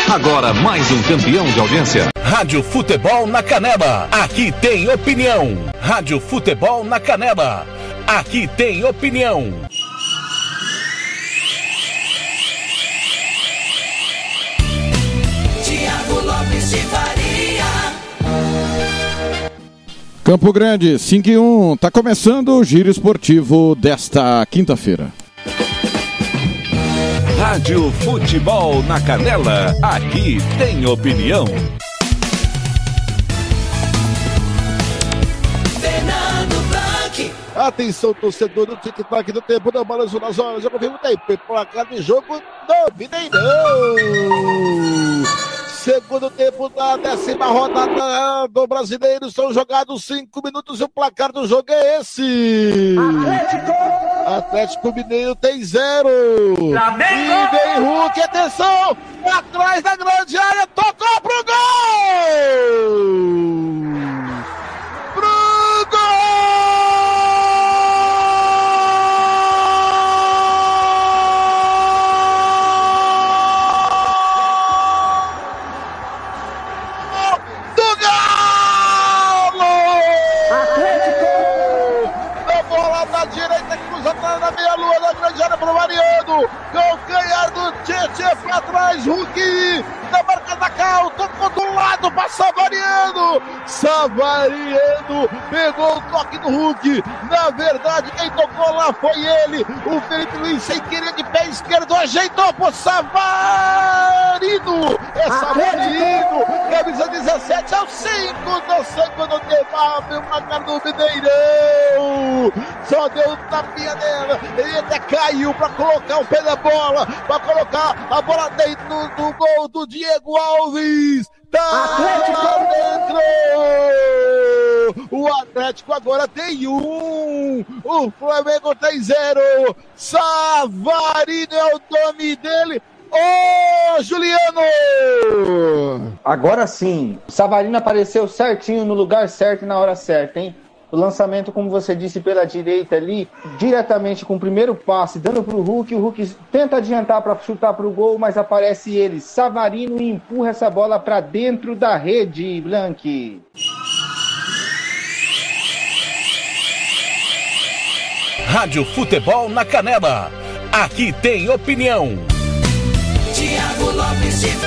Agora mais um campeão de audiência. Rádio Futebol na Canela. Aqui tem opinião. Rádio Futebol na Canela. Aqui tem opinião. Thiago Lopes de Faria. Campo Grande, 5-1. Tá começando o Giro Esportivo desta quinta-feira. Rádio Futebol na Canela, aqui tem opinião. Fernando Blanc. Atenção, torcedor do tic-tac do tempo, não balanço nas horas, já confirmo tempo, placar de jogo do Mineirão. Segundo tempo da 10ª rodada do Brasileiro, são jogados 5 minutos e o placar do jogo é esse. Atlético Mineiro tem 0. E vem Hulk, atenção, atrás da grande área, tocou pro gol! Pro gol! Na meia-lua da grande área pro Mariano, calcanhar do Tietê pra trás, Hulk na marca da Cal, tocou do lado pra Savariano, pegou o toque do Hulk, na verdade quem tocou lá foi ele, o Felipe Luiz sem querer de pé esquerdo, ajeitou pro Savarino, Savarino, camisa 17 ao 5 do segundo tempo, abre o placar do Mineirão, só deu um tapinha dela, ele até caiu pra colocar o pé na bola, pra colocar a bola dentro do gol do Diego Alves. Tá dentro! O Atlético agora tem 1. O Flamengo tem 0. Savarino é o nome dele. Ô, Juliano! Agora sim, o Savarino apareceu certinho no lugar certo e na hora certa, hein? O lançamento, como você disse, pela direita ali, diretamente com o primeiro passe, dando para o Hulk tenta adiantar para chutar para o gol, mas aparece ele, Savarino, e empurra essa bola para dentro da rede, Blanc. Rádio Futebol na Canela. Aqui tem opinião. Thiago Lopes de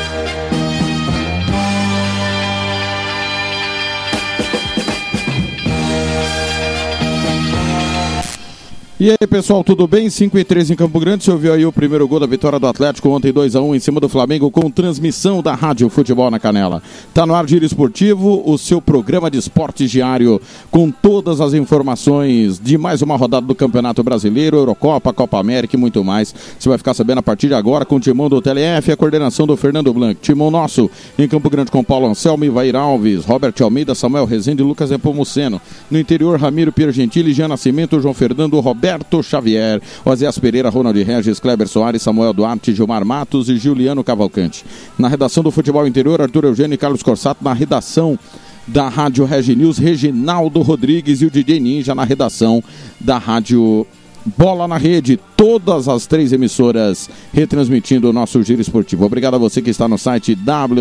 E aí, pessoal, tudo bem? 5-3 em Campo Grande. Você ouviu aí o primeiro gol da vitória do Atlético ontem, 2-1 em cima do Flamengo, com transmissão da Rádio Futebol na Canela. Tá no ar Giro Esportivo, o seu programa de esportes diário, com todas as informações de mais uma rodada do Campeonato Brasileiro, Eurocopa, Copa América e muito mais. Você vai ficar sabendo a partir de agora com o timão do TLF, a coordenação do Fernando Blanc. Timão nosso em Campo Grande com Paulo Anselmo, Ivair Alves, Robert Almeida, Samuel Rezende e Lucas Nepomuceno. No interior, Ramiro Pierre Gentili, Jean Nascimento, João Fernando, Roberto Xavier, Oséias Pereira, Ronald Regis, Kleber Soares, Samuel Duarte, Gilmar Matos e Juliano Cavalcante. Na redação do Futebol Interior, Arthur Eugênio e Carlos Corsato. Na redação da Rádio Regi News, Reginaldo Rodrigues e o DJ Ninja na redação da Rádio Bola na Rede. Todas as 3 emissoras retransmitindo o nosso Giro Esportivo. Obrigado a você que está no site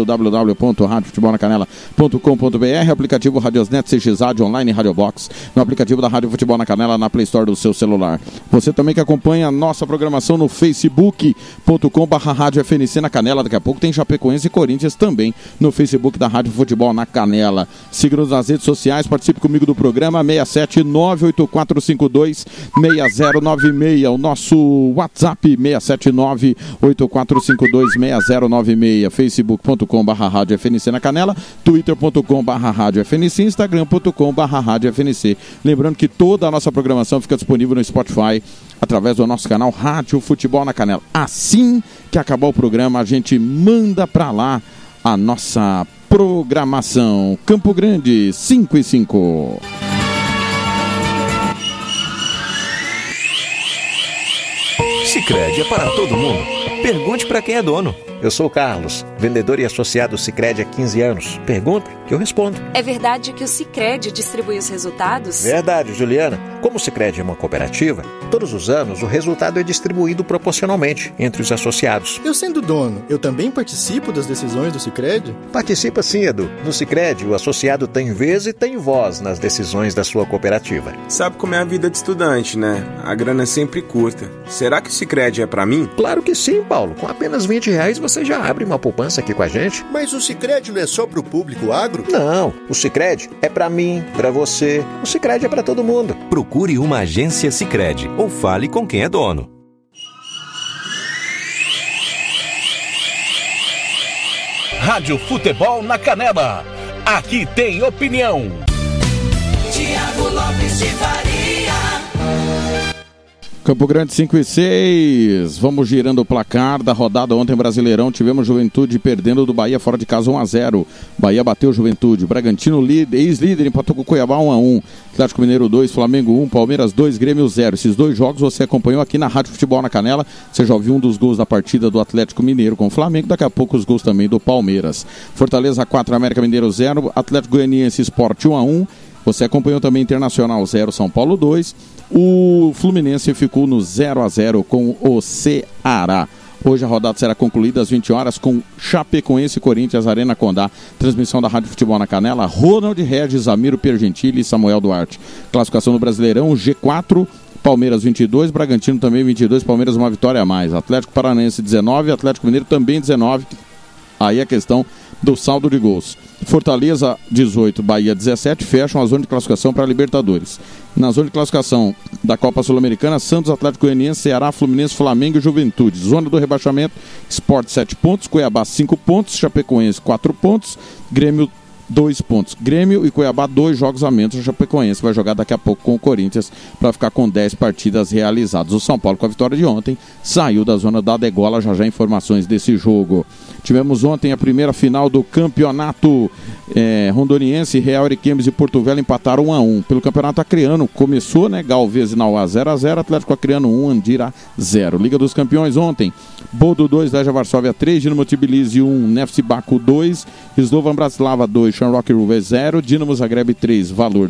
www.radiofutebolnacanela.com.br, aplicativo Radiosnet, CXAD, online Rádio Box, no aplicativo da Rádio Futebol na Canela, na Play Store do seu celular. Você também que acompanha a nossa programação no facebook.com/Rádio FNC na Canela. Daqui a pouco tem Chapecoense e Corinthians também no Facebook da Rádio Futebol na Canela. Siga-nos nas redes sociais, participe comigo do programa 67984526096, o nosso WhatsApp 67984526096, facebook.com/Rádio FNC na Canela, twitter.com/Rádio FNC, instagram.com/Rádio FNC. Lembrando que toda a nossa programação fica disponível no Spotify através do nosso canal Rádio Futebol na Canela. Assim que acabar o programa, a gente manda pra lá a nossa programação. Campo Grande, 5-5. Sicredi é para todo mundo. Pergunte para quem é dono. Eu sou o Carlos, vendedor e associado Sicredi há 15 anos. Pergunta eu respondo. É verdade que o Sicredi distribui os resultados? Verdade, Juliana. Como o Sicredi é uma cooperativa, todos os anos o resultado é distribuído proporcionalmente entre os associados. Eu sendo dono, eu também participo das decisões do Sicredi? Participa sim, Edu. No Sicredi, o associado tem vez e tem voz nas decisões da sua cooperativa. Sabe como é a vida de estudante, né? A grana é sempre curta. Será que o Sicredi é pra mim? Claro que sim, Paulo. Com apenas R$20 você já abre uma poupança aqui com a gente. Mas o Sicredi não é só pro público agro? Não, o Sicredi é pra mim, pra você. O Sicredi é pra todo mundo. Procure uma agência Sicredi ou fale com quem é dono. Rádio Futebol na Canela. Aqui tem opinião. Thiago Lopes de Faria. Campo Grande 5 e 6, vamos girando o placar da rodada ontem Brasileirão, tivemos Juventude perdendo do Bahia fora de casa 1-0, Bahia bateu Juventude, Bragantino ex-líder empatou com o Cuiabá 1-1, Atlético Mineiro 2, Flamengo 1, Palmeiras 2, Grêmio 0, esses dois jogos você acompanhou aqui na Rádio Futebol na Canela, você já ouviu um dos gols da partida do Atlético Mineiro com o Flamengo, daqui a pouco os gols também do Palmeiras, Fortaleza 4, América Mineiro 0, Atlético Goianiense Sport 1-1, você acompanhou também Internacional 0, São Paulo 2. O Fluminense ficou no 0-0 com o Ceará. Hoje a rodada será concluída às 20 horas com Chapecoense e Corinthians, Arena Condá. Transmissão da Rádio Futebol na Canela. Ronald Regis, Amiro Piergentili e Samuel Duarte. Classificação do Brasileirão, G4, Palmeiras 22, Bragantino também 22, Palmeiras uma vitória a mais. Atlético Paranaense 19, Atlético Mineiro também 19. Aí a questão do saldo de gols. Fortaleza 18, Bahia 17, fecham a zona de classificação para a Libertadores. Na zona de classificação da Copa Sul-Americana, Santos, Atlético Goianiense, Ceará, Fluminense, Flamengo e Juventude. Zona do rebaixamento, Sport 7 pontos, Cuiabá 5 pontos, Chapecoense 4 pontos, Grêmio 2 pontos. Grêmio e Cuiabá 2 jogos a menos. O Chapecoense vai jogar daqui a pouco com o Corinthians para ficar com 10 partidas realizadas. O São Paulo, com a vitória de ontem, saiu da zona da degola. Já informações desse jogo. Tivemos ontem a primeira final do campeonato rondoniense. Real Ariquemes e Porto Velho empataram 1-1. Pelo campeonato acreano, começou, né? Galvez e Nauá 0-0, Atlético Acreano 1, Andira 0. Liga dos Campeões ontem, Bodo 2, Legia Varsóvia 3, Dinamo Tbilisi 1, Nefci Baku 2, Slovan Bratislava 2, Shamrock Rovers 0, Dinamo Zagreb 3, Valor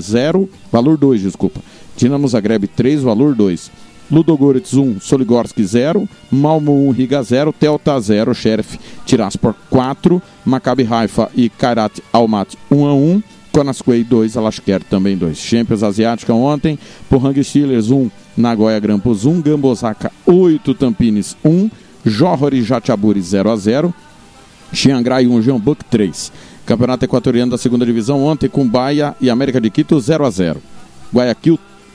2, Dinamo Zagreb 3, Valor 2. Ludogorets 1, Soligorski 0, Malmo 1, Riga 0, Telta 0, Sheriff Tiraspol 4, Maccabi Haifa e Kairat Almaty 1-1, Konasquei 2, Alashkert também 2. Champions Asiática ontem, Pohang Steelers 1, Nagoya Grampus 1, Gambosaka 8, Tampines 1, Johor Jatiaburi 0-0, Chiang Rai 1, Jeonbuk 3. Campeonato Equatoriano da segunda divisão ontem com Bahia e América de Quito 0-0. Guayaquil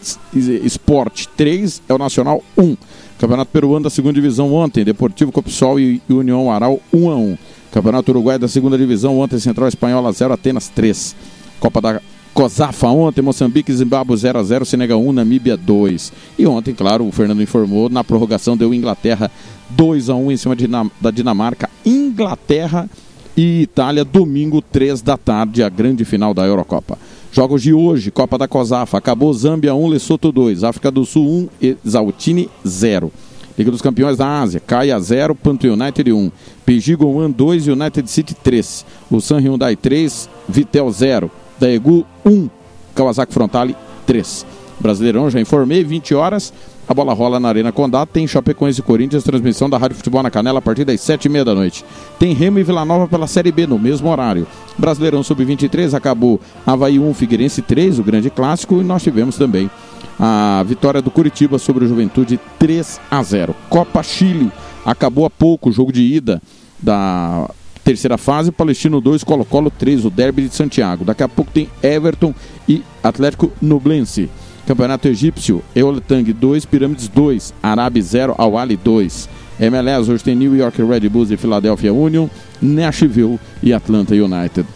Sport 3, é o Nacional 1. Campeonato Peruano da segunda divisão ontem, Deportivo Copsol e União Aral 1-1. Campeonato Uruguai da segunda divisão ontem, Central Espanhola 0, Atenas 3. Copa da COSAFA ontem, Moçambique e Zimbábue 0-0, Senegal 1, Namíbia 2. E ontem, claro, o Fernando informou, na prorrogação deu Inglaterra 2-1 em cima da Dinamarca. Inglaterra e Itália, domingo 3 da tarde, a grande final da Eurocopa. Jogos de hoje, Copa da COSAFA, acabou Zâmbia 1, Lesoto 2, África do Sul 1, Eswatini 0. Liga dos Campeões da Ásia, Caia 0, Panto United 1, Pejigo 1, 2, United City 3, Ulsan Hyundai 3, Vitel 0, Daegu 1, Kawasaki Frontale 3. Brasileirão, já informei, 20 horas, a bola rola na Arena Condá, tem Chapecoense e Corinthians, transmissão da Rádio Futebol na Canela a partir das 7h30 da noite. Tem Remo e Vila Nova pela Série B no mesmo horário. Brasileirão Sub-23 acabou Avaí 1, Figueirense 3, o grande clássico, e nós tivemos também a vitória do Curitiba sobre o Juventude 3-0. Copa Chile, acabou há pouco o jogo de ida da terceira fase, Palestino 2, Colo-Colo 3, o derby de Santiago. Daqui a pouco tem Everton e Atlético Nublense. Campeonato Egípcio, Eoletang 2, Pirâmides 2, Arabi 0, Al-Ali 2. MLS, hoje tem New York Red Bulls e Philadelphia Union, Nashville e Atlanta United.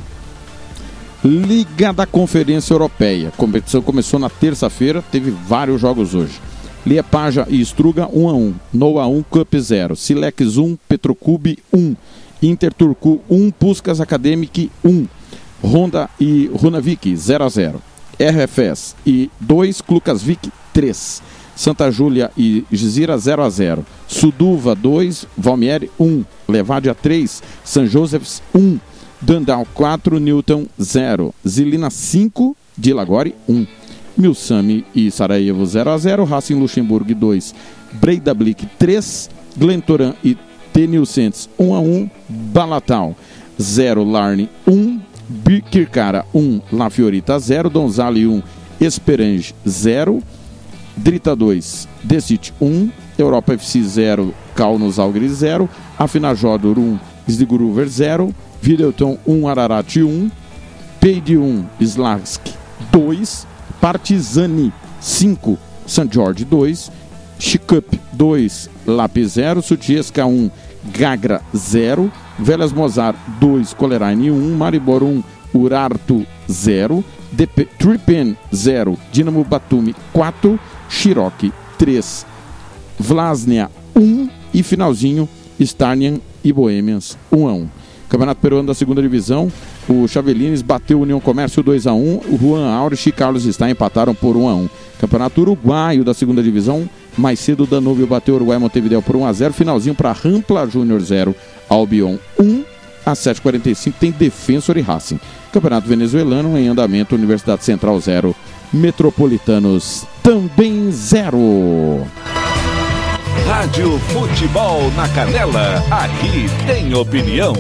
Liga da Conferência Europeia. A competição começou na terça-feira, teve vários jogos hoje. Liepaja e Struga 1-1, Noa 1, Cup 0, Silex 1, Petrocube 1, Inter Turku 1, Puskas Academic 1, Honda e Runavik 0-0. RFS e 2, Klukasvik 3, Santa Júlia e Gizira 0-0, Suduva 2, Valmieri 1, Levadia 3, San Josefs 1, Dandal 4, Newton 0. Zilina 5, Dilagori 1. Milsami e Sarajevo 0-0. Racing Luxemburgo 2, Breidablik 3. Glentoran e Tenilcentes 1-1. Balatal 0, Larne 1. Kirkara 1, La Fiorita 0. Donzale 1, Esperange 0. Drita 2, Decit 1. Europa FC 0, Kaunos Algris 0. Afinajodor 1, Sligruver 0. Videoton 1, Ararat 1. Peide 1, Slavsk 2. Partizani 5, St. George 2. Chikup 2, Lápis 0. Sutiesca 1, Gagra 0. Velas Mozart 2, Coleraine 1. Maribor 1, Urartu 0. Tripen 0, Dinamo Batumi 4. Xiroque 3, Vlasnia 1 e finalzinho Starnian e Bohemians 1-1. Campeonato Peruano da segunda divisão, o Chavelines bateu o União Comércio 2-1, o Juan Aurich e Carlos Stein empataram por 1-1. Campeonato Uruguaio da segunda divisão, mais cedo o Danúbio bateu o Uruguai Montevideo por 1-0, finalzinho para Rampla Júnior 0, Albion 1. Às 7h45 tem Defensor e Racing. Campeonato Venezuelano em andamento, Universidade Central 0, Metropolitanos também 0. Rádio Futebol na Canela, aqui tem opinião.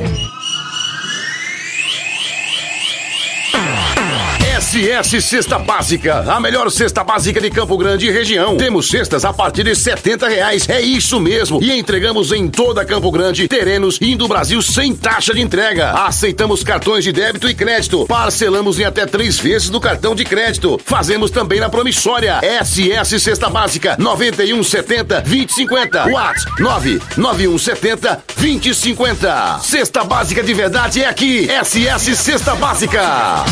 SS Cesta Básica, a melhor cesta básica de Campo Grande e região. Temos cestas a partir de R$70, é isso mesmo. E entregamos em toda Campo Grande, terrenos e do Brasil sem taxa de entrega. Aceitamos cartões de débito e crédito. Parcelamos em até 3 vezes no cartão de crédito. Fazemos também na promissória. SS Cesta Básica, 9170-2050. WhatsApp 99170-2050. Cesta Básica de verdade é aqui. SS Cesta Básica.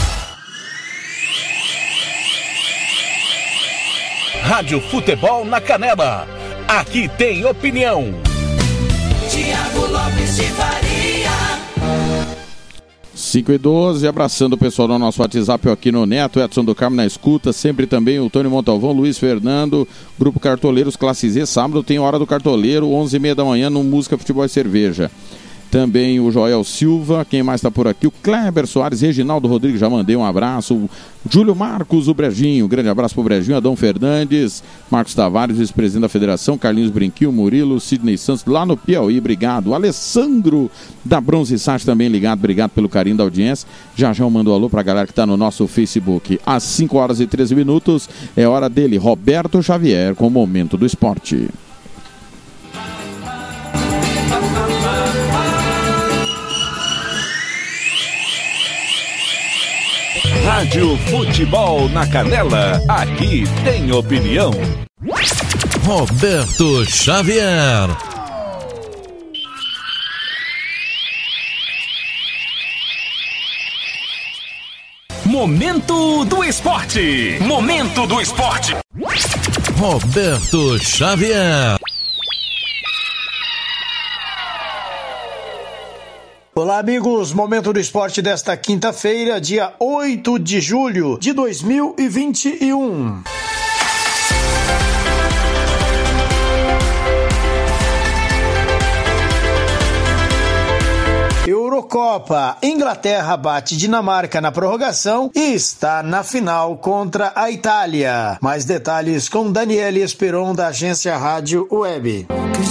Rádio Futebol na Canela. Aqui tem opinião. Tiago Lopes de Faria. 5:12, abraçando o pessoal do nosso WhatsApp aqui no Neto, Edson do Carmo na escuta, sempre também o Tony Montalvão, Luiz Fernando, Grupo Cartoleiros Classe Z, sábado tem Hora do Cartoleiro, 11h30 da manhã no Música, Futebol e Cerveja. Também o Joel Silva, quem mais está por aqui? O Kleber Soares, Reginaldo Rodrigues, já mandei um abraço. O Júlio Marcos, o Brejinho, grande abraço pro Brejinho. Adão Fernandes, Marcos Tavares, vice-presidente da Federação, Carlinhos Brinquinho, Murilo, Sidney Santos, lá no Piauí, obrigado. O Alessandro da Bronze Sat também ligado, obrigado pelo carinho da audiência. Já eu mando um alô pra galera que tá no nosso Facebook. Às 5h13, é hora dele, Roberto Xavier, com o Momento do Esporte. Rádio Futebol na Canela, aqui tem opinião. Roberto Xavier. Momento do Esporte. Momento do Esporte. Roberto Xavier. Olá, amigos. Momento do Esporte desta quinta-feira, dia 8 de julho de 2021. Eurocopa. Inglaterra bate Dinamarca na prorrogação e está na final contra a Itália. Mais detalhes com Daniele Esperon, da agência Rádio Web.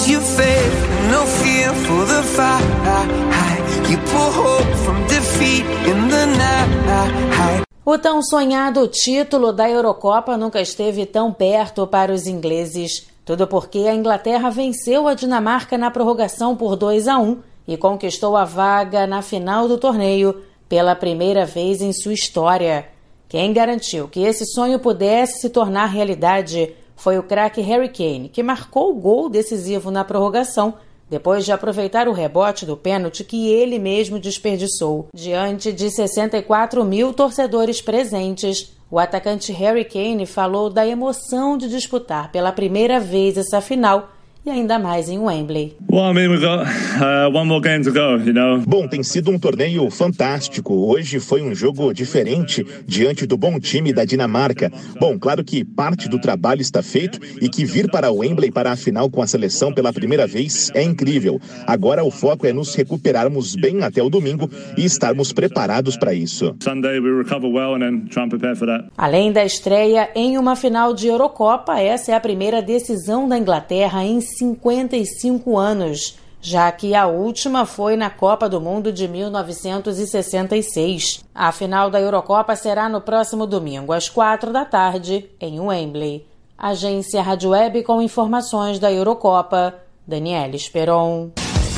O tão sonhado título da Eurocopa nunca esteve tão perto para os ingleses. Tudo porque a Inglaterra venceu a Dinamarca na prorrogação por 2-1 e conquistou a vaga na final do torneio pela primeira vez em sua história. Quem garantiu que esse sonho pudesse se tornar realidade foi o craque Harry Kane, que marcou o gol decisivo na prorrogação, depois de aproveitar o rebote do pênalti que ele mesmo desperdiçou. Diante de 64 mil torcedores presentes, o atacante Harry Kane falou da emoção de disputar pela primeira vez essa final e ainda mais em Wembley. Well, I mean, we've got one more game to go, you know. Bom, tem sido um torneio fantástico. Hoje foi um jogo diferente diante do bom time da Dinamarca. Bom, claro que parte do trabalho está feito e que vir para Wembley para a final com a seleção pela primeira vez é incrível. Agora o foco é nos recuperarmos bem até o domingo e estarmos preparados para isso. Sunday we recover well and then try and prepare for that. Além da estreia em uma final de Eurocopa, essa é a primeira decisão da Inglaterra em 55 anos, já que a última foi na Copa do Mundo de 1966. A final da Eurocopa será no próximo domingo, às 16h, em Wembley. Agência Rádio Web com informações da Eurocopa, Daniela Esperon.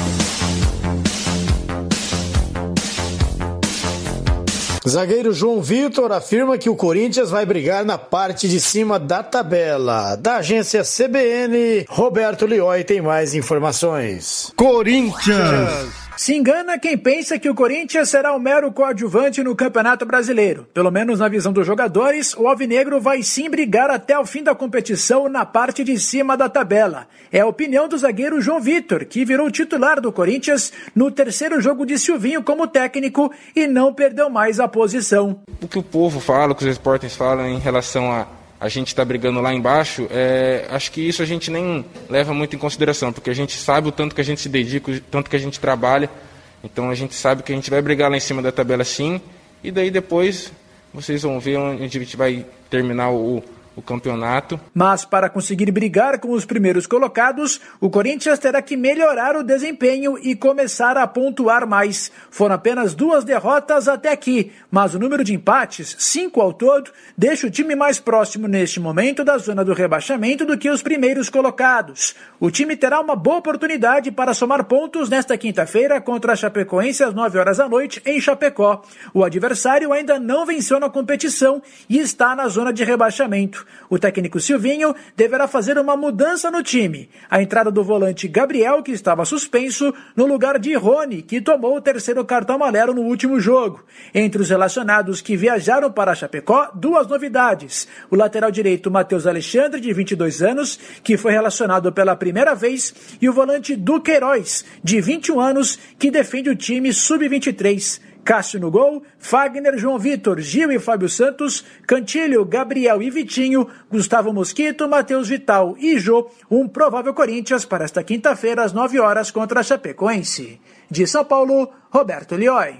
Zagueiro João Vitor afirma que o Corinthians vai brigar na parte de cima da tabela. Da agência CBN, Roberto Lioy tem mais informações. Corinthians! Se engana quem pensa que o Corinthians será um mero coadjuvante no Campeonato Brasileiro. Pelo menos na visão dos jogadores, o alvinegro vai sim brigar até o fim da competição na parte de cima da tabela. É a opinião do zagueiro João Vitor, que virou titular do Corinthians no terceiro jogo de Silvinho como técnico e não perdeu mais a posição. O que o povo fala, o que os repórteres falam em relação a gente estar brigando lá embaixo, acho que isso a gente nem leva muito em consideração, porque a gente sabe o tanto que a gente se dedica, o tanto que a gente trabalha, então a gente sabe que a gente vai brigar lá em cima da tabela sim, e daí depois vocês vão ver onde a gente vai terminar o campeonato. Mas para conseguir brigar com os primeiros colocados, o Corinthians terá que melhorar o desempenho e começar a pontuar mais. Foram apenas 2 derrotas até aqui, mas o número de empates, 5 ao todo, deixa o time mais próximo neste momento da zona do rebaixamento do que os primeiros colocados. O time terá uma boa oportunidade para somar pontos nesta quinta-feira contra a Chapecoense às 21h em Chapecó. O adversário ainda não venceu na competição e está na zona de rebaixamento. O técnico Silvinho deverá fazer uma mudança no time. A entrada do volante Gabriel, que estava suspenso, no lugar de Rony, que tomou o terceiro cartão amarelo no último jogo. Entre os relacionados que viajaram para Chapecó, 2 novidades. O lateral direito Matheus Alexandre, de 22 anos, que foi relacionado pela primeira vez, e o volante Duqueiroz, de 21 anos, que defende o time sub-23. Cássio no gol, Fagner, João Vitor, Gil e Fábio Santos, Cantilho, Gabriel e Vitinho, Gustavo Mosquito, Matheus Vital e Jô, um provável Corinthians para esta quinta-feira às 9h contra a Chapecoense. De São Paulo, Roberto Lioy.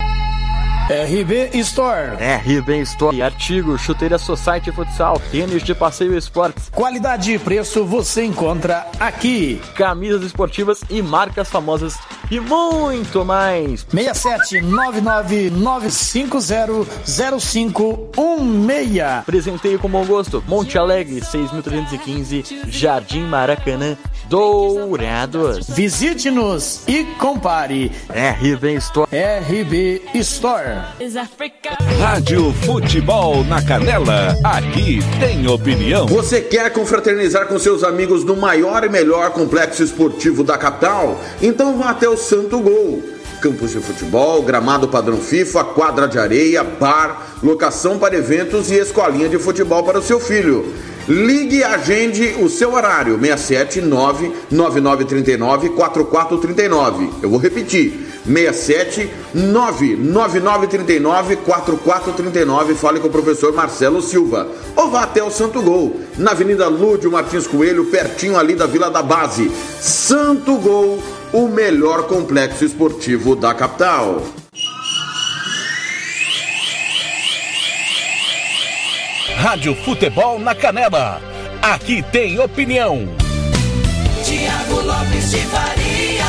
RB Store. RB Store. Artigos, chuteira Society Futsal, tênis de passeio e esportes. Qualidade e preço você encontra aqui. Camisas esportivas e marcas famosas e muito mais. 67959500516. Presenteio com bom gosto. Monte Alegre, 6.315, Jardim Maracanã, Dourados. Visite-nos e compare. RB Store. RB Store. Rádio Futebol na Canela, aqui tem opinião. Você quer confraternizar com seus amigos no maior e melhor complexo esportivo da capital? Então vá até o Santo Gol. Campos de futebol, gramado padrão FIFA, quadra de areia, bar, locação para eventos e escolinha de futebol para o seu filho. Ligue e agende o seu horário, 679-9939-4439. Eu vou repetir, 679-9939-4439. Fale com o professor Marcelo Silva. Ou vá até o Santo Gol, na Avenida Lúdio Martins Coelho, pertinho ali da Vila da Base. Santo Gol, o melhor complexo esportivo da capital. Rádio Futebol na Canela. Aqui tem opinião. Tiago Lopes de Faria.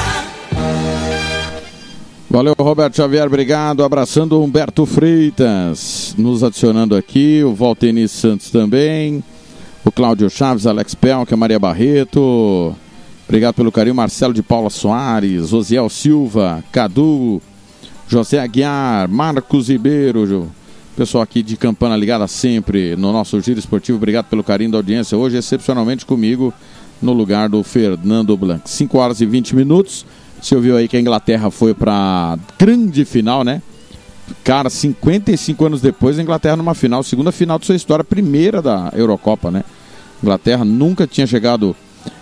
Valeu, Roberto Xavier, obrigado. Abraçando o Humberto Freitas, nos adicionando aqui, o Valtenis Santos também, o Cláudio Chaves, Alex Pelca, Maria Barreto. Obrigado pelo carinho, Marcelo de Paula Soares, Osiel Silva, Cadu, José Aguiar, Marcos Ribeiro. Pessoal aqui de Campana ligada sempre no nosso Giro Esportivo, obrigado pelo carinho da audiência. Hoje, excepcionalmente comigo, no lugar do Fernando Blanc. 5h20. Você ouviu aí que a Inglaterra foi para grande final, né? Cara, 55 anos depois, a Inglaterra numa final, segunda final de sua história, primeira da Eurocopa, né? A Inglaterra nunca tinha chegado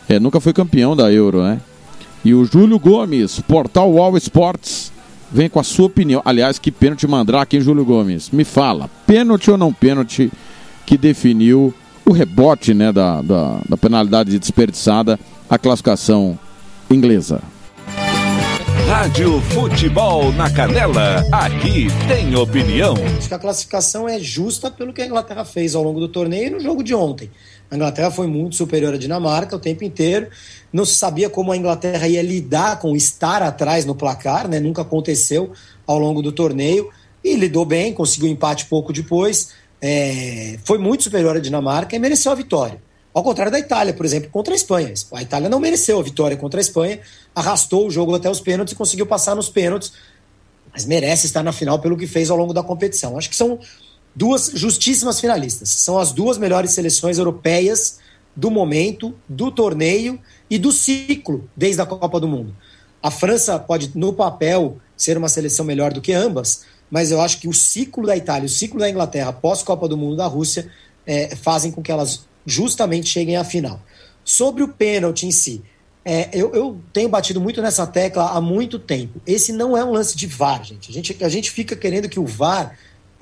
nunca foi campeão da Euro, né? E o Júlio Gomes, portal All Sports, vem com a sua opinião. Aliás, que pênalti mandrake, hein, Júlio Gomes? Me fala, pênalti ou não pênalti que definiu o rebote, né, da penalidade desperdiçada, a classificação inglesa. Rádio Futebol na Canela, aqui tem opinião. Acho que a classificação é justa pelo que a Inglaterra fez ao longo do torneio e no jogo de ontem. A Inglaterra foi muito superior à Dinamarca o tempo inteiro. Não se sabia como a Inglaterra ia lidar com estar atrás no placar, né? Nunca aconteceu ao longo do torneio. E lidou bem, conseguiu empate pouco depois. Foi muito superior à Dinamarca e mereceu a vitória. Ao contrário da Itália, por exemplo, contra a Espanha. A Itália não mereceu a vitória contra a Espanha, arrastou o jogo até os pênaltis e conseguiu passar nos pênaltis, mas merece estar na final pelo que fez ao longo da competição. Acho que são duas justíssimas finalistas. São as duas melhores seleções europeias do momento, do torneio e do ciclo desde a Copa do Mundo. A França pode, no papel, ser uma seleção melhor do que ambas, mas eu acho que o ciclo da Itália e o ciclo da Inglaterra pós-Copa do Mundo da Rússia fazem com que elas justamente cheguem à final. Sobre o pênalti em si, eu tenho batido muito nessa tecla há muito tempo. Esse não é um lance de VAR, gente. A gente fica querendo que o VAR...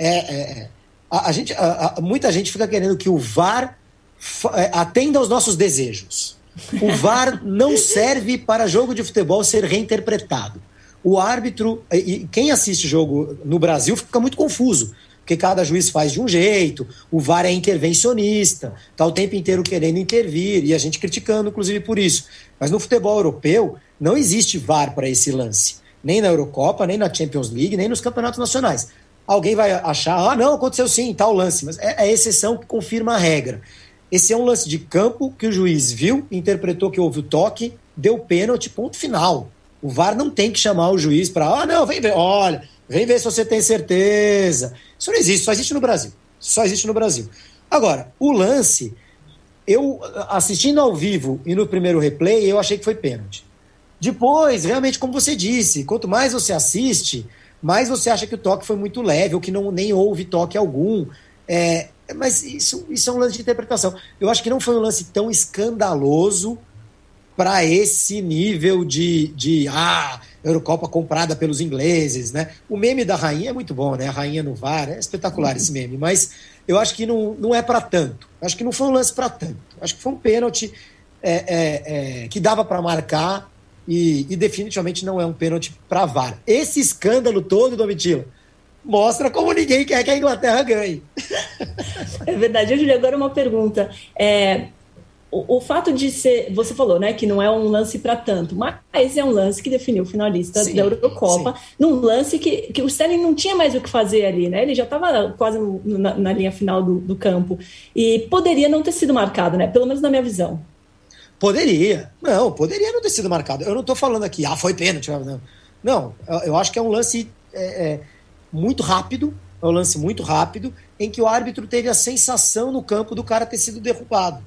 muita gente fica querendo que o VAR atenda aos nossos desejos. O VAR não serve para jogo de futebol ser reinterpretado. O árbitro... E quem assiste jogo no Brasil fica muito confuso, porque cada juiz faz de um jeito, o VAR é intervencionista, está o tempo inteiro querendo intervir, e a gente criticando, inclusive, por isso. Mas no futebol europeu, não existe VAR para esse lance. Nem na Eurocopa, nem na Champions League, nem nos campeonatos nacionais. Alguém vai achar, não, aconteceu sim, tal lance, mas é a exceção que confirma a regra. Esse é um lance de campo que o juiz viu, interpretou que houve o toque, deu pênalti, ponto final. O VAR não tem que chamar o juiz para, não, vem ver, olha... Vem ver se você tem certeza. Isso não existe, só existe no Brasil. Só existe no Brasil. Agora, o lance, eu assistindo ao vivo e no primeiro replay, eu achei que foi pênalti. Depois, realmente, como você disse, quanto mais você assiste, mais você acha que o toque foi muito leve, ou que nem houve toque algum. Mas isso é um lance de interpretação. Eu acho que não foi um lance tão escandaloso para esse nível de Eurocopa comprada pelos ingleses, né? O meme da rainha é muito bom, né? A rainha no VAR, é espetacular esse meme, mas eu acho que não é para tanto. Acho que não foi um lance para tanto. Acho que foi um pênalti que dava para marcar e definitivamente não é um pênalti para VAR. Esse escândalo todo, Domitila, mostra como ninguém quer que a Inglaterra ganhe. É verdade. Júlio, agora uma pergunta. O fato de ser, você falou, né, que não é um lance para tanto, mas é um lance que definiu o finalista da Eurocopa, num lance que o Sterling não tinha mais o que fazer ali, né? Ele já estava quase na linha final do campo e poderia não ter sido marcado, né? Pelo menos na minha visão. Poderia não ter sido marcado. Eu não estou falando aqui, foi pênalti. Não, eu acho que é um lance muito rápido, em que o árbitro teve a sensação no campo do cara ter sido derrubado.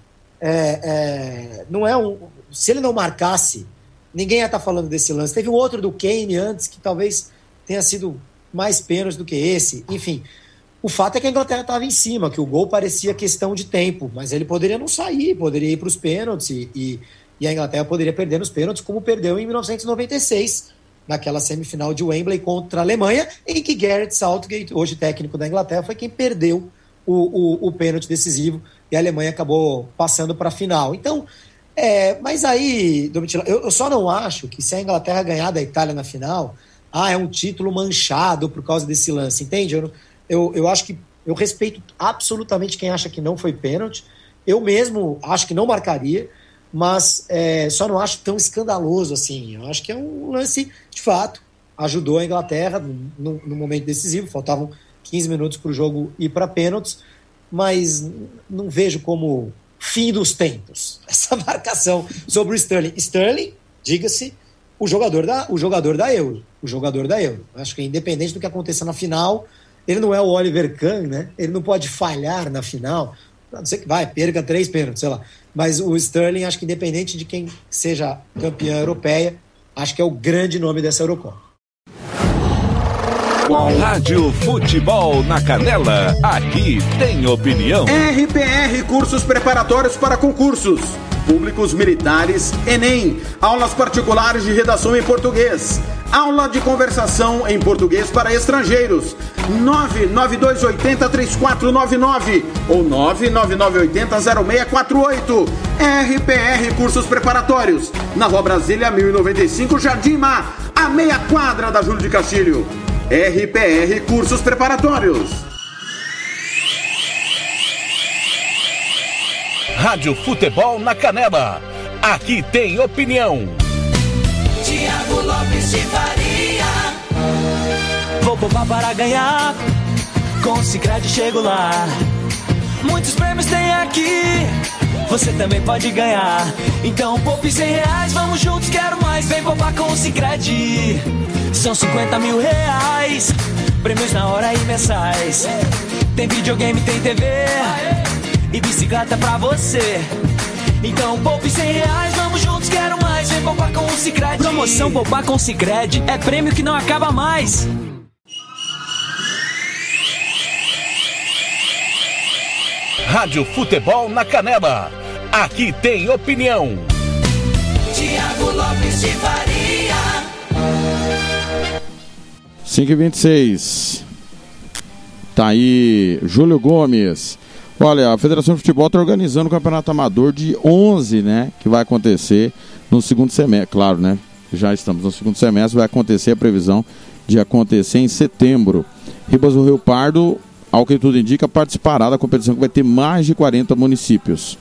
Se ele não marcasse, ninguém ia estar falando desse lance. Teve um outro do Kane antes que talvez tenha sido mais pênalti do que esse. Enfim, o fato é que a Inglaterra estava em cima, que o gol parecia questão de tempo, mas ele poderia não sair, poderia ir para os pênaltis e a Inglaterra poderia perder nos pênaltis, como perdeu em 1996, naquela semifinal de Wembley contra a Alemanha, em que Gareth Southgate, hoje técnico da Inglaterra, foi quem perdeu o pênalti decisivo e a Alemanha acabou passando para a final. Então, mas aí, Domitila, eu só não acho que se a Inglaterra ganhar da Itália na final, é um título manchado por causa desse lance, entende? Eu acho que eu respeito absolutamente quem acha que não foi pênalti. Eu mesmo acho que não marcaria, mas só não acho tão escandaloso assim. Eu acho que é um lance, de fato, ajudou a Inglaterra no momento decisivo, faltavam 15 minutos para o jogo ir para pênaltis, mas não vejo como fim dos tempos essa marcação sobre o Sterling. Sterling, diga-se, o jogador da Euro. Acho que independente do que aconteça na final, ele não é o Oliver Kahn, né? Ele não pode falhar na final. Não sei que perca 3 pênaltis, sei lá. Mas o Sterling, acho que independente de quem seja campeã europeia, acho que é o grande nome dessa Eurocopa. Rádio Futebol na Canela, aqui tem opinião. RPR Cursos Preparatórios para Concursos. públicos militares Enem, aulas particulares de redação em português, aula de conversação em português para estrangeiros, 99280-3499 ou 99980-0648. RPR Cursos Preparatórios, na Rua Brasília 1095, Jardim Mar, a meia quadra da Júlio de Castilho. RPR Cursos Preparatórios. Rádio Futebol na Canela. Aqui tem opinião. Tiago Lopes de Faria. Vou poupar para ganhar. Com o Sicredi chego lá. Muitos prêmios tem aqui. Você também pode ganhar. Então poupe R$100, vamos juntos, quero mais. Vem poupar com o Sicredi. São 50 mil reais. Prêmios na hora e mensais. Tem videogame, tem TV e bicicleta pra você. Então poupe R$100, vamos juntos, quero mais. Vem poupar com o Sicredi. Promoção Poupar com o Sicredi é prêmio que não acaba mais. Rádio Futebol na Canela. Aqui tem opinião. Tiago Lopes de Faria. 5h26. Tá aí Júlio Gomes. Olha, a Federação de Futebol está organizando o Campeonato Amador de 11, né? Que vai acontecer no segundo semestre. Claro, né? Já estamos no segundo semestre. Vai acontecer a previsão de acontecer em setembro. Ribas do Rio Pardo, ao que tudo indica, participará da competição que vai ter mais de 40 municípios.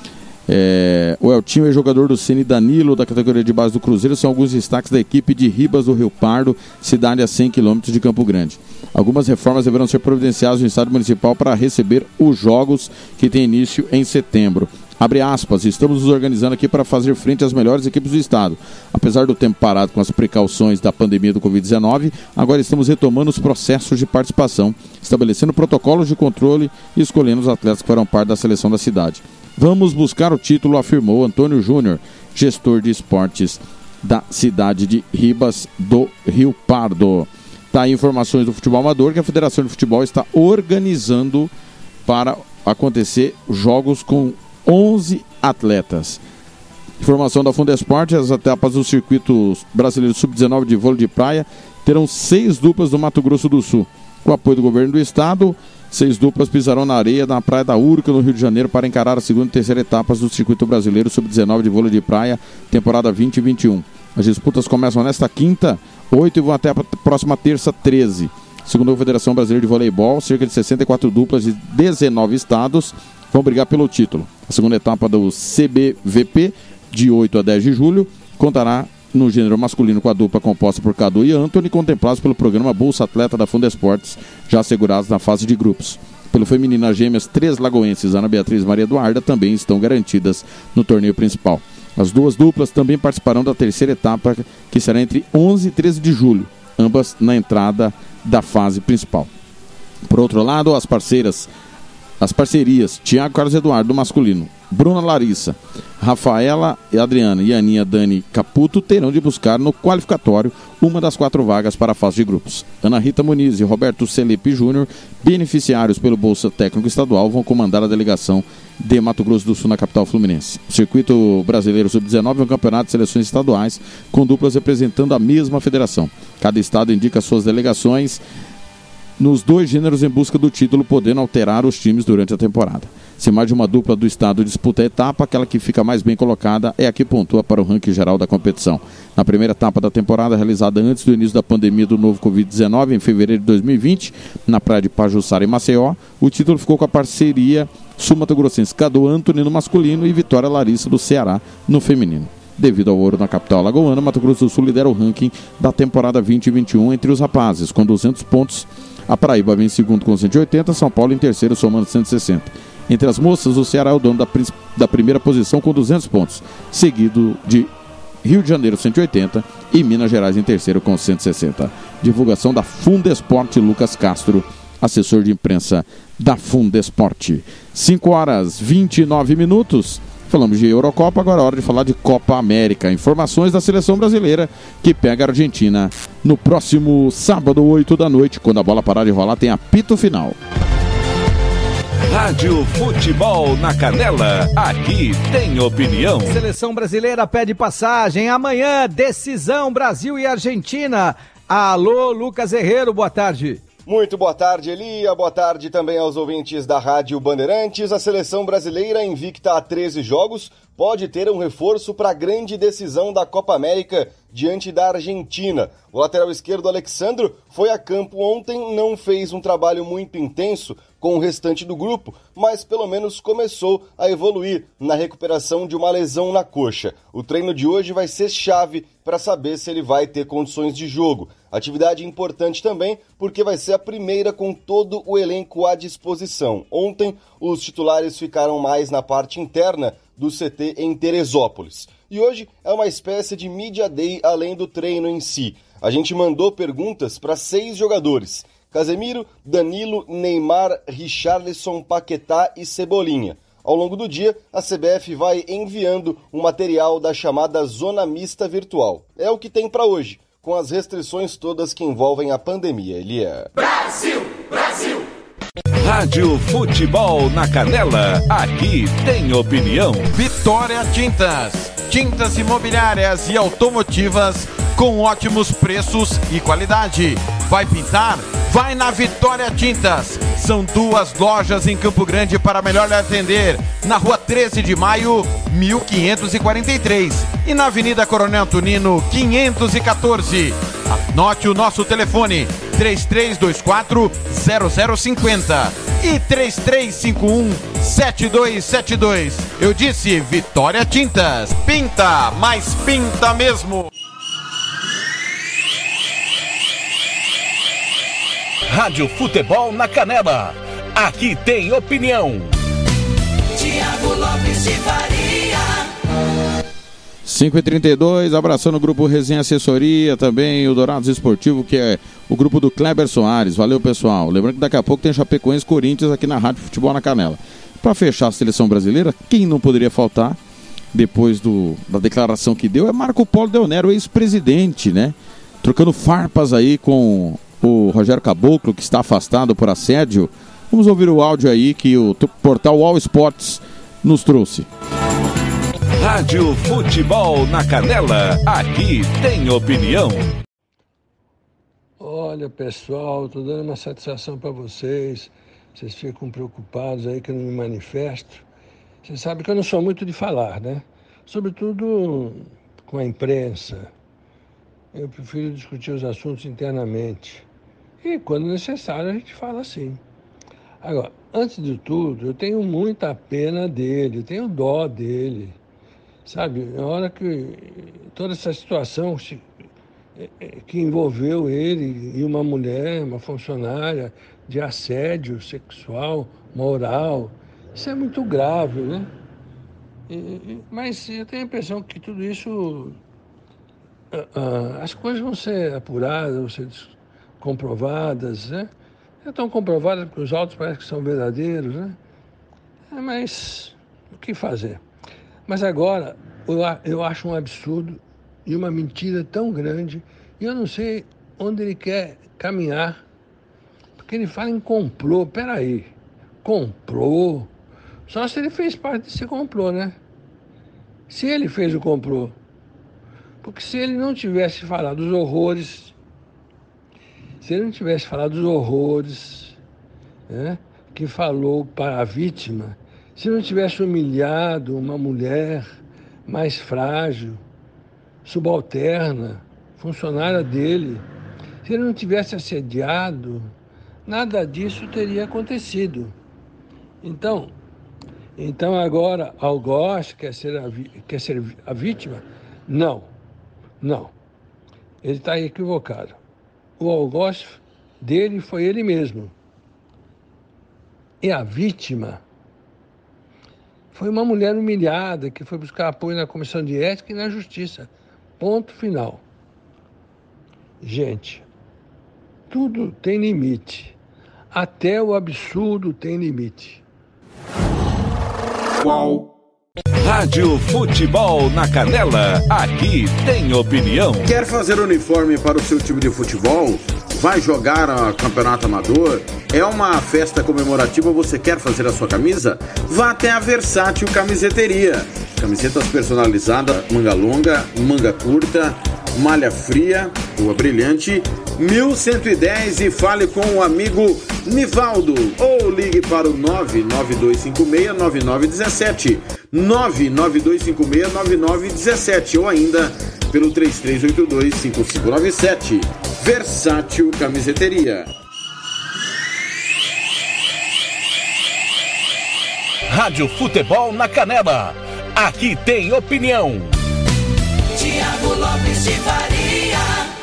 O Eltinho é jogador do Ceni, Danilo, da categoria de base do Cruzeiro, são alguns destaques da equipe de Ribas do Rio Pardo, cidade a 100 km de Campo Grande. Algumas reformas deverão ser providenciadas no estádio municipal para receber os jogos que têm início em setembro. Abre aspas, estamos nos organizando aqui para fazer frente às melhores equipes do estado. Apesar do tempo parado com as precauções da pandemia do Covid-19, agora estamos retomando os processos de participação, estabelecendo protocolos de controle e escolhendo os atletas que farão parte da seleção da cidade. Vamos buscar o título, afirmou Antônio Júnior, gestor de esportes da cidade de Ribas do Rio Pardo. Tá aí informações do futebol amador que a Federação de Futebol está organizando para acontecer jogos com 11 atletas. Informação da Fundesport, as etapas do circuito brasileiro sub-19 de vôlei de praia terão 6 duplas do Mato Grosso do Sul. Com o apoio do governo do estado, 6 duplas pisarão na areia na Praia da Urca, no Rio de Janeiro, para encarar a segunda e terceira etapas do circuito brasileiro sub-19 de vôlei de praia, temporada 2021. As disputas começam nesta quinta, 8 e vão até a próxima terça, 13. Segundo a Federação Brasileira de Voleibol, cerca de 64 duplas de 19 estados vão brigar pelo título. A segunda etapa do CBVP, de 8 a 10 de julho, contará no gênero masculino com a dupla composta por Cadu e Anthony, contemplados pelo programa Bolsa Atleta da Fundesportes, já assegurados na fase de grupos. Pelo feminino, as gêmeas 3 lagoenses, Ana Beatriz e Maria Eduarda, também estão garantidas no torneio principal. As duas duplas também participarão da terceira etapa, que será entre 11 e 13 de julho, ambas na entrada da fase principal. Por outro lado, as parcerias Tiago Carlos Eduardo, do masculino, Bruna Larissa, Rafaela e Adriana e Aninha Dani Caputo terão de buscar no qualificatório uma das 4 vagas para a fase de grupos. Ana Rita Muniz e Roberto Celepe Júnior, beneficiários pelo Bolsa Técnico Estadual, vão comandar a delegação de Mato Grosso do Sul na capital fluminense. O circuito brasileiro sub-19 é um campeonato de seleções estaduais com duplas representando a mesma federação. Cada estado indica suas delegações nos 2 gêneros em busca do título, podendo alterar os times durante a temporada. Se mais de uma dupla do estado disputa a etapa, aquela que fica mais bem colocada é a que pontua para o ranking geral da competição. Na primeira etapa da temporada, realizada antes do início da pandemia do novo Covid-19, em fevereiro de 2020, na praia de Pajuçara e Maceió, o título ficou com a parceria sul-mato-grossense Cadu Anthony no masculino e Vitória Larissa do Ceará no feminino. Devido ao ouro na capital alagoana, Mato Grosso do Sul lidera o ranking da temporada 2021 entre os rapazes, com 200 pontos. A Paraíba vem em segundo com 180, São Paulo em terceiro, somando 160. Entre as moças, o Ceará é o dono da primeira posição com 200 pontos, seguido de Rio de Janeiro 180 e Minas Gerais em terceiro com 160. Divulgação da Fundesport, Lucas Castro, assessor de imprensa da Fundesport. 5h29. Falamos de Eurocopa, agora é hora de falar de Copa América. Informações da seleção brasileira que pega a Argentina no próximo sábado, 8 da noite. Quando a bola parar de rolar, tem apito final. Rádio Futebol na Canela, aqui tem opinião. Seleção brasileira pede passagem. Amanhã, decisão Brasil e Argentina. Alô, Lucas Herrero, boa tarde. Muito boa tarde, Elia. Boa tarde também aos ouvintes da Rádio Bandeirantes. A seleção brasileira, invicta a 13 jogos, pode ter um reforço para a grande decisão da Copa América diante da Argentina. O lateral esquerdo, Alexandro, foi a campo ontem, não fez um trabalho muito intenso com o restante do grupo, mas pelo menos começou a evoluir na recuperação de uma lesão na coxa. O treino de hoje vai ser chave para saber se ele vai ter condições de jogo. Atividade importante também, porque vai ser a primeira com todo o elenco à disposição. Ontem, os titulares ficaram mais na parte interna do CT em Teresópolis. E hoje é uma espécie de Media Day além do treino em si. A gente mandou perguntas para 6 jogadores: Casemiro, Danilo, Neymar, Richarlison, Paquetá e Cebolinha. Ao longo do dia, a CBF vai enviando um material da chamada Zona Mista Virtual. É o que tem para hoje, com as restrições todas que envolvem a pandemia. Elia. Brasil, Brasil! Rádio Futebol na Canela, aqui tem opinião. Vitória Tintas, tintas imobiliárias e automotivas com ótimos preços e qualidade. Vai pintar? Vai na Vitória Tintas. São 2 lojas em Campo Grande para melhor lhe atender. Na Rua 13 de Maio, 1543. E na Avenida Coronel Antonino, 514. Anote o nosso telefone: 3324-0050 e 3351-7272. Eu disse Vitória Tintas. Pinta, mas pinta mesmo. Rádio Futebol na Canela, aqui tem opinião. Tiago Lopes de Faria. 5h32, abraçando o grupo Resenha Assessoria, também o Dourados Esportivo, que é o grupo do Kleber Soares. Valeu, pessoal. Lembrando que daqui a pouco tem Chapecoense Corinthians aqui na Rádio Futebol na Canela. Para fechar a seleção brasileira, quem não poderia faltar, depois da declaração que deu, é Marco Polo Del Nero, ex-presidente, né? Trocando farpas aí com o Rogério Caboclo, que está afastado por assédio. Vamos ouvir o áudio aí que o portal All Sports nos trouxe. Rádio Futebol na Canela, aqui tem opinião. Olha, pessoal, estou dando uma satisfação para vocês. Vocês ficam preocupados aí que eu não me manifesto. Você sabe que eu não sou muito de falar, né? Sobretudo com a imprensa. Eu prefiro discutir os assuntos internamente. E, quando necessário, a gente fala assim. Agora, antes de tudo, eu tenho muita pena dele, eu tenho dó dele. Sabe, na hora que toda essa situação que envolveu ele e uma mulher, uma funcionária, de assédio sexual, moral, isso é muito grave, né? Mas eu tenho a impressão que tudo isso... as coisas vão ser apuradas, vão ser comprovadas, né? Já estão comprovadas porque os autos parecem que são verdadeiros, né? Mas o que fazer? Mas agora eu acho um absurdo e uma mentira tão grande, e eu não sei onde ele quer caminhar, porque ele fala em complô. Peraí, complô? Só se ele fez parte desse complô, né? Se ele fez o complô. Porque se ele não tivesse falado dos horrores, né, que falou para a vítima, se não tivesse humilhado uma mulher mais frágil, subalterna, funcionária dele, se ele não tivesse assediado, nada disso teria acontecido. Então agora, Algoz quer ser a vítima? Não. Ele está equivocado. O algoz dele foi ele mesmo. E a vítima foi uma mulher humilhada que foi buscar apoio na Comissão de Ética e na Justiça. Ponto final. Gente, tudo tem limite. Até o absurdo tem limite. Qual? Rádio Futebol na Canela, aqui tem opinião. Quer fazer uniforme para o seu time de futebol? vai jogar a campeonato amador, é uma festa comemorativa, você quer fazer a sua camisa? Vá até a Versátil Camiseteria. Camisetas personalizadas, manga longa, manga curta, malha fria, rua brilhante, 1110 e fale com o amigo Nivaldo ou ligue para o 99256-9917, 99256-9917 ou ainda pelo 3382-5597. Versátil Camiseteria. Rádio Futebol na Canela. Aqui tem opinião. Tiago Lopes de Faria.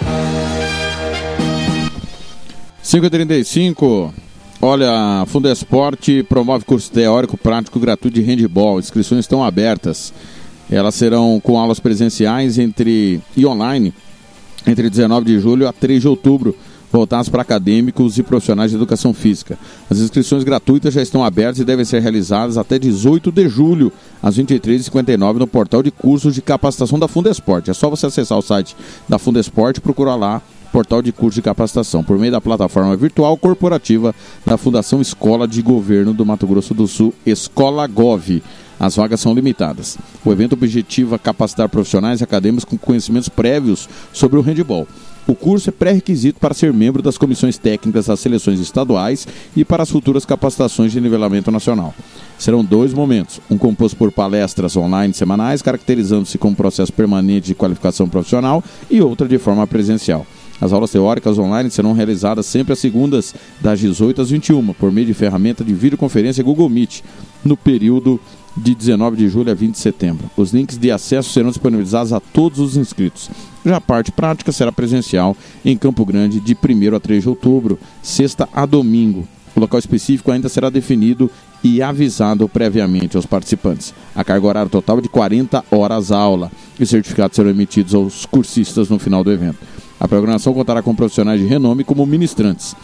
5h35. Olha, a Fundesporte promove curso teórico prático gratuito de handebol. Inscrições estão abertas. Elas serão com aulas presenciais e online entre 19 de julho a 3 de outubro, voltadas para acadêmicos e profissionais de educação física. As inscrições gratuitas já estão abertas e devem ser realizadas até 18 de julho, às 23h59, no portal de cursos de capacitação da Fundesporte. É só você acessar o site da Fundesporte e procurar lá portal de cursos de capacitação, por meio da plataforma virtual corporativa da Fundação Escola de Governo do Mato Grosso do Sul, Escola Gov. As vagas são limitadas. O evento objetiva capacitar profissionais e acadêmicos com conhecimentos prévios sobre o handebol. O curso é pré-requisito para ser membro das comissões técnicas das seleções estaduais e para as futuras capacitações de nivelamento nacional. Serão 2 momentos, um composto por palestras online semanais, caracterizando-se como processo permanente de qualificação profissional, e outra de forma presencial. As aulas teóricas online serão realizadas sempre às segundas, das 18 às 21, por meio de ferramenta de videoconferência Google Meet, no período de 19 de julho a 20 de setembro. Os links de acesso serão disponibilizados a todos os inscritos. Já a parte prática será presencial em Campo Grande de 1º a 3 de outubro, sexta a domingo. O local específico ainda será definido e avisado previamente aos participantes. A carga horária total é de 40 horas aula e certificados serão emitidos aos cursistas no final do evento. A programação contará com profissionais de renome como ministrantes.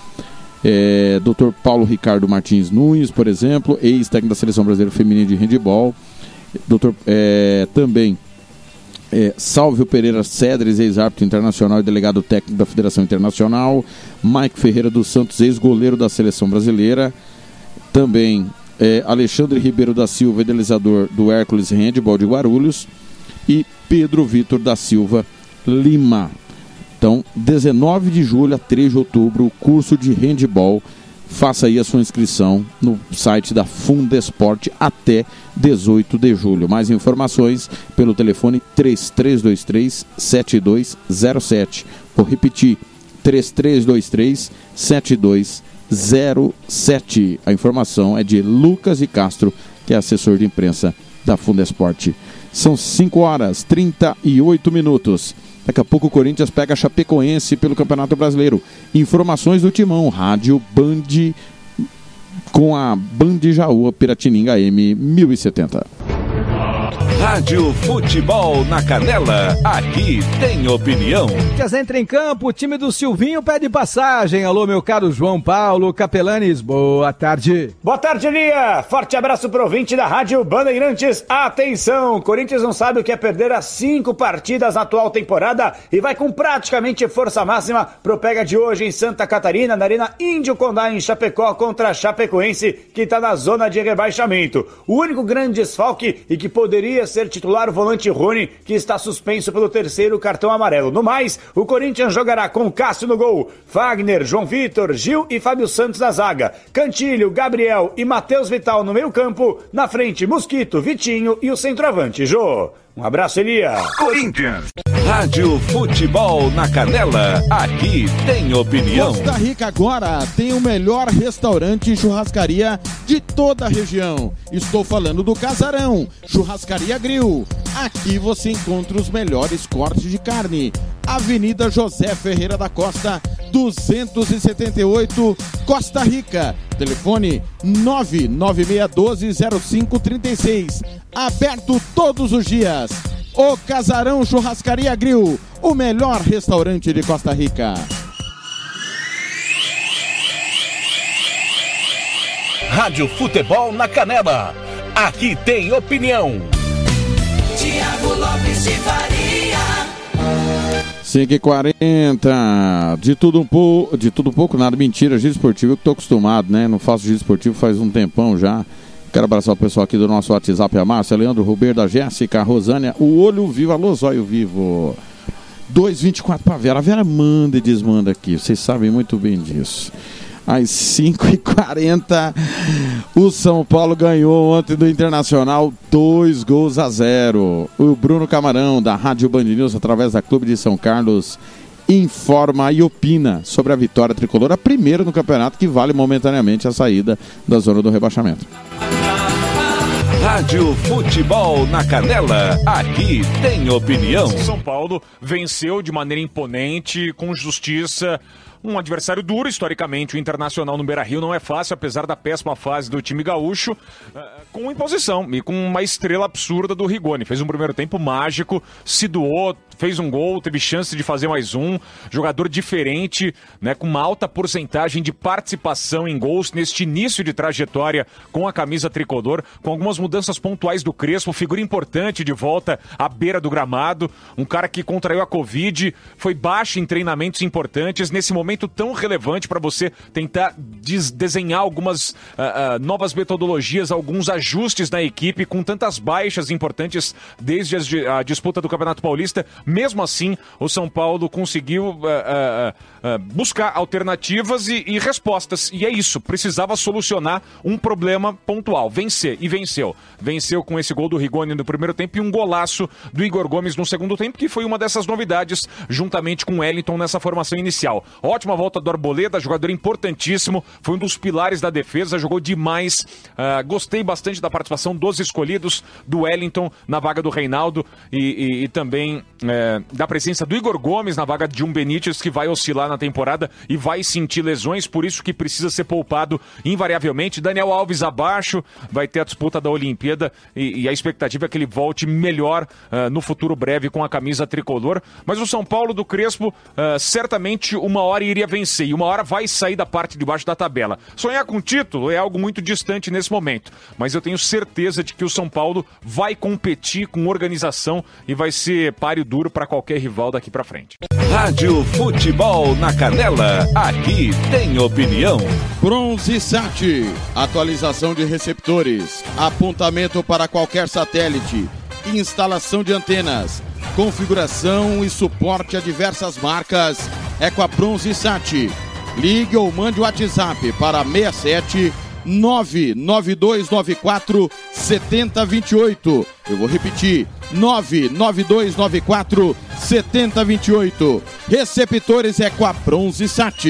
Dr. Paulo Ricardo Martins Nunes, por exemplo, ex-técnico da Seleção Brasileira Feminina de Handebol. Também Sálvio Pereira Cedres, ex-árbitro internacional e delegado técnico da Federação Internacional. Mike Ferreira dos Santos, ex-goleiro da Seleção Brasileira. Também Alexandre Ribeiro da Silva, idealizador do Hércules Handebol de Guarulhos. E Pedro Vitor da Silva Lima. Então, 19 de julho a 3 de outubro, o curso de handebol. Faça aí a sua inscrição no site da Fundesporte até 18 de julho. Mais informações pelo telefone 3323-7207. Vou repetir, 3323-7207. A informação é de Lucas de Castro, que é assessor de imprensa da Fundesporte. São 5h38. Daqui a pouco o Corinthians pega a Chapecoense pelo Campeonato Brasileiro. Informações do Timão, Rádio Band com a Band Jaú Piratininga AM 1070. Rádio Futebol na Canela, aqui tem opinião. Corinthians entra em campo, o time do Silvinho pede passagem. Alô, meu caro João Paulo Capelanes, boa tarde. Boa tarde, Lia. Forte abraço pro ouvinte da Rádio Bandeirantes. Atenção, Corinthians não sabe o que é perder as 5 partidas na atual temporada e vai com praticamente força máxima pro pega de hoje em Santa Catarina, na Arena Índio Condá, em Chapecó, contra a Chapecoense, que tá na zona de rebaixamento. O único grande desfalque e que poderia ser titular o volante Rony, que está suspenso pelo 3º cartão amarelo. No mais, o Corinthians jogará com Cássio no gol, Fagner, João Vitor, Gil e Fábio Santos na zaga, Cantilho, Gabriel e Matheus Vital no meio campo, na frente Mosquito, Vitinho e o centroavante Jô. Um abraço, Elia. Corinthians. Rádio Futebol na Canela, aqui tem opinião. Costa Rica agora tem o melhor restaurante e churrascaria de toda a região. Estou falando do Casarão, Churrascaria Grill. Aqui você encontra os melhores cortes de carne. Avenida José Ferreira da Costa, 278, Costa Rica. Telefone 99612-0536. Aberto todos os dias. O Casarão Churrascaria Grill, o melhor restaurante de Costa Rica. Rádio Futebol na Canela. Aqui tem opinião. Tiago Lopes de Faria. 5h40, de tudo um pouco, nada, mentira, giro esportivo, eu que tô acostumado, né? Não faço giro esportivo faz um tempão já. Quero abraçar o pessoal aqui do nosso WhatsApp, a Márcia, Leandro, Roberto, a Jéssica, a Rosânia, o Olho Vivo, alô, Zóio Vivo. 224 pra Vera. A Vera manda e desmanda aqui, vocês sabem muito bem disso. Às 5h40, o São Paulo ganhou ontem do Internacional 2-0. O Bruno Camarão, da Rádio Band News, através da Clube de São Carlos, informa e opina sobre a vitória tricolor, a primeira no campeonato que vale momentaneamente a saída da zona do rebaixamento. Rádio Futebol na Canela, aqui tem opinião. São Paulo venceu de maneira imponente, com justiça, um adversário duro, historicamente. O Internacional no Beira-Rio não é fácil, apesar da péssima fase do time gaúcho, com imposição e com uma estrela absurda do Rigoni. Fez um primeiro tempo mágico, se doou, fez um gol, teve chance de fazer mais um. Jogador diferente, né, com uma alta porcentagem de participação em gols neste início de trajetória com a camisa tricolor, com algumas mudanças pontuais do Crespo, figura importante de volta à beira do gramado, um cara que contraiu a Covid, foi baixo em treinamentos importantes, nesse momento tão relevante para você tentar desenhar algumas novas metodologias, alguns ajustes na equipe, com tantas baixas importantes desde a disputa do Campeonato Paulista. Mesmo assim, o São Paulo conseguiu buscar alternativas e respostas. E é isso, precisava solucionar um problema pontual, vencer, e venceu. Venceu com esse gol do Rigoni no primeiro tempo e um golaço do Igor Gomes no segundo tempo, que foi uma dessas novidades, juntamente com o Wellington nessa formação inicial. Ótima volta do Arboleda, jogador importantíssimo, foi um dos pilares da defesa, jogou demais. Gostei bastante da participação dos escolhidos, do Wellington na vaga do Reinaldo e também da presença do Igor Gomes na vaga de um Benítez, que vai oscilar na temporada e vai sentir lesões, por isso que precisa ser poupado invariavelmente. Daniel Alves abaixo, vai ter a disputa da Olimpíada e a expectativa é que ele volte melhor no futuro breve com a camisa tricolor. Mas o São Paulo do Crespo certamente uma hora iria vencer e uma hora vai sair da parte de baixo da tabela. Sonhar com título é algo muito distante nesse momento, mas eu tenho certeza de que o São Paulo vai competir com organização e vai ser páreo duro para qualquer rival daqui para frente. Rádio Futebol na Canela, aqui tem opinião. Bronze Sat, atualização de receptores, apontamento para qualquer satélite, instalação de antenas, configuração e suporte a diversas marcas. É com a Bronze Sat. Ligue ou mande o WhatsApp para 67 99294 7028. Eu vou repetir, 99294 7028. Receptores é com a Bronze Sat.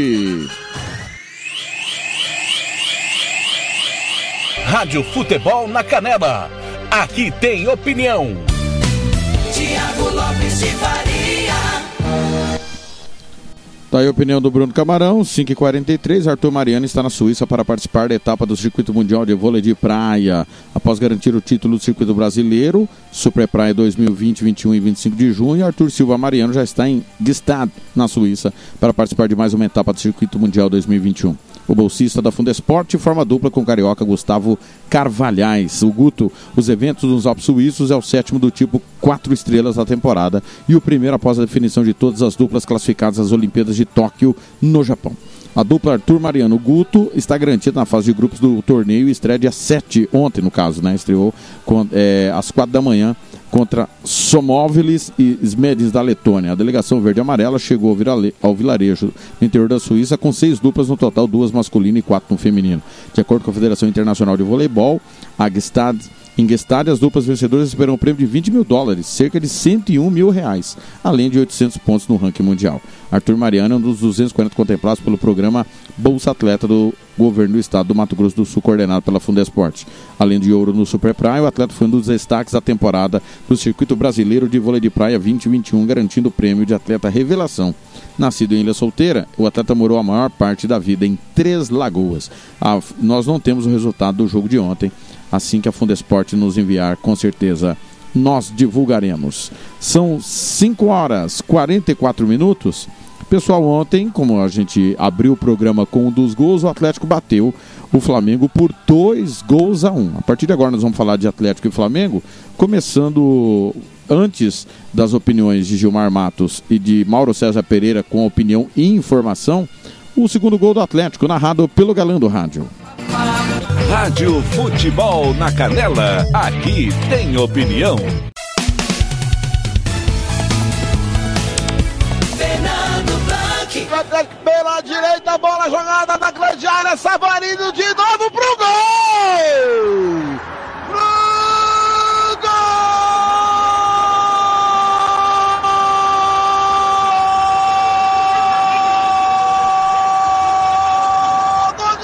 Rádio Futebol na Canela, aqui tem opinião. Tiago Lopes de Faria. Tá aí a opinião do Bruno Camarão, 5h43, Arthur Mariano está na Suíça para participar da etapa do Circuito Mundial de Vôlei de Praia. Após garantir o título do Circuito Brasileiro, Super Praia 2020, 21 e 25 de junho, Arthur Silva Mariano já está em Gstaad, na Suíça, para participar de mais uma etapa do Circuito Mundial 2021. O bolsista da Fundesport forma dupla com o carioca Gustavo Carvalhais. O Guto, os eventos nos Alpes Suíços, é o 7º do tipo 4 estrelas da temporada e o primeiro após a definição de todas as duplas classificadas às Olimpíadas de Tóquio, no Japão. A dupla Arthur Mariano Guto está garantida na fase de grupos do torneio e estreia dia 7, ontem no caso, né? Estreou às 4 da manhã contra Somovilis e Smedis da Letônia. A delegação verde e amarela chegou ao vilarejo no interior da Suíça com 6 duplas no total, 2 masculino e 4 no feminino. De acordo com a Federação Internacional de Voleibol, em Gstaad, as duplas vencedoras esperam um prêmio de $20 mil, cerca de R$101 mil, além de 800 pontos no ranking mundial. Arthur Mariano é um dos 240 contemplados pelo programa Bolsa Atleta do governo do estado do Mato Grosso do Sul, coordenado pela Fundesport. Além de ouro no Super Praia, o atleta foi um dos destaques da temporada do Circuito Brasileiro de Vôlei de Praia 2021, garantindo o prêmio de atleta revelação. Nascido em Ilha Solteira, o atleta morou a maior parte da vida em Três Lagoas. Nós não temos o resultado do jogo de ontem. Assim que a Fundesport nos enviar, com certeza nós divulgaremos. São 5h44. Pessoal, ontem, como a gente abriu o programa com um dos gols, o Atlético bateu o Flamengo por 2-1. A partir de agora nós vamos falar de Atlético e Flamengo, começando antes das opiniões de Gilmar Matos e de Mauro César Pereira com opinião e informação, o segundo gol do Atlético, narrado pelo galã do rádio. Rádio Futebol na Canela, aqui tem opinião. Pela direita, bola jogada na grande área, Savarino de novo pro gol! Pro gol do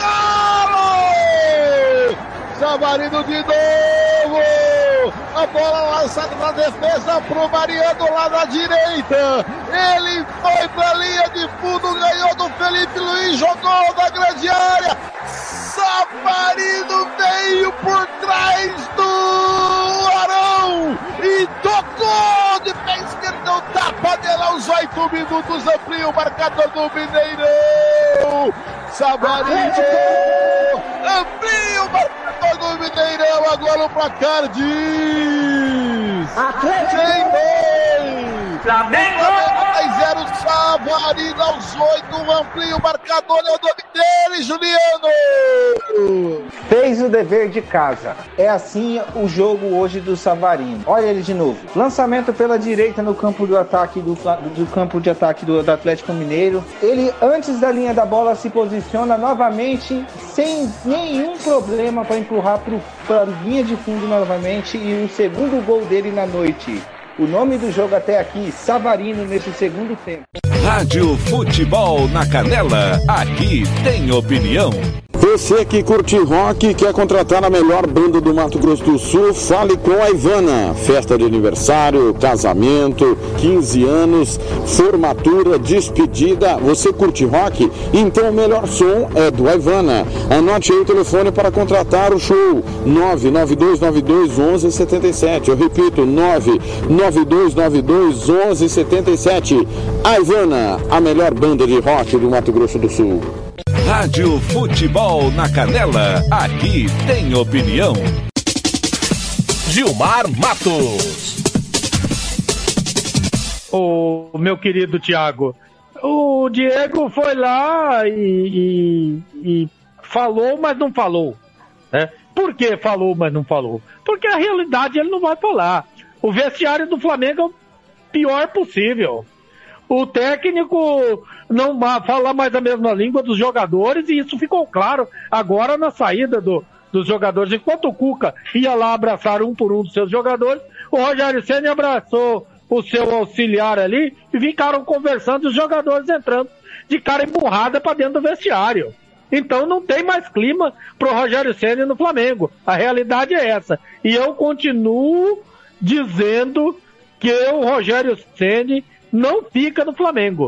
Galo! Savarino de novo! A bola lançada na defesa pro Mariano lá na direita. Ele foi pra linha de fundo, ganhou do Felipe Luiz, jogou na grande área. Savarino veio por trás do Arão e tocou de pé esquerdo, tapa dele aos 8 minutos, amplia o marcador do Mineirão. Savarino amplia o marcador do Mineirão, agora o placar diz Atlético Flamengo 0, Savarino aos 8, amplia o marcador, é o nome dele, Juliano! Fez o dever de casa. É assim o jogo hoje do Savarino. Olha ele de novo. Lançamento pela direita no campo do ataque do campo de ataque do Atlético Mineiro. Ele, antes da linha da bola, se posiciona novamente sem nenhum problema para empurrar para a linha de fundo novamente, e o segundo gol dele na noite. O nome do jogo até aqui, Savarino, nesse segundo tempo. Rádio Futebol na Canela, aqui tem opinião. Você que curte rock e quer contratar a melhor banda do Mato Grosso do Sul, fale com a Ivana. Festa de aniversário, casamento, 15 anos, formatura, despedida. Você curte rock? Então o melhor som é do Ivana. Anote aí o telefone para contratar o show: 992921177. Eu repito, 992921177. A Ivana, a melhor banda de rock do Mato Grosso do Sul. Rádio Futebol na Canela, aqui tem opinião. Gilmar Matos. O meu querido Thiago, o Diego foi lá e falou, mas não falou, né? Por que falou, mas não falou? Porque a realidade ele não vai falar. O vestiário do Flamengo é o pior possível. O técnico não fala mais a mesma língua dos jogadores, e isso ficou claro agora na saída dos jogadores. Enquanto o Cuca ia lá abraçar um por um dos seus jogadores, o Rogério Ceni abraçou o seu auxiliar ali e ficaram conversando, os jogadores entrando de cara emburrada para dentro do vestiário. Então não tem mais clima pro Rogério Ceni no Flamengo. A realidade é essa. E eu continuo dizendo que o Rogério Ceni não fica no Flamengo.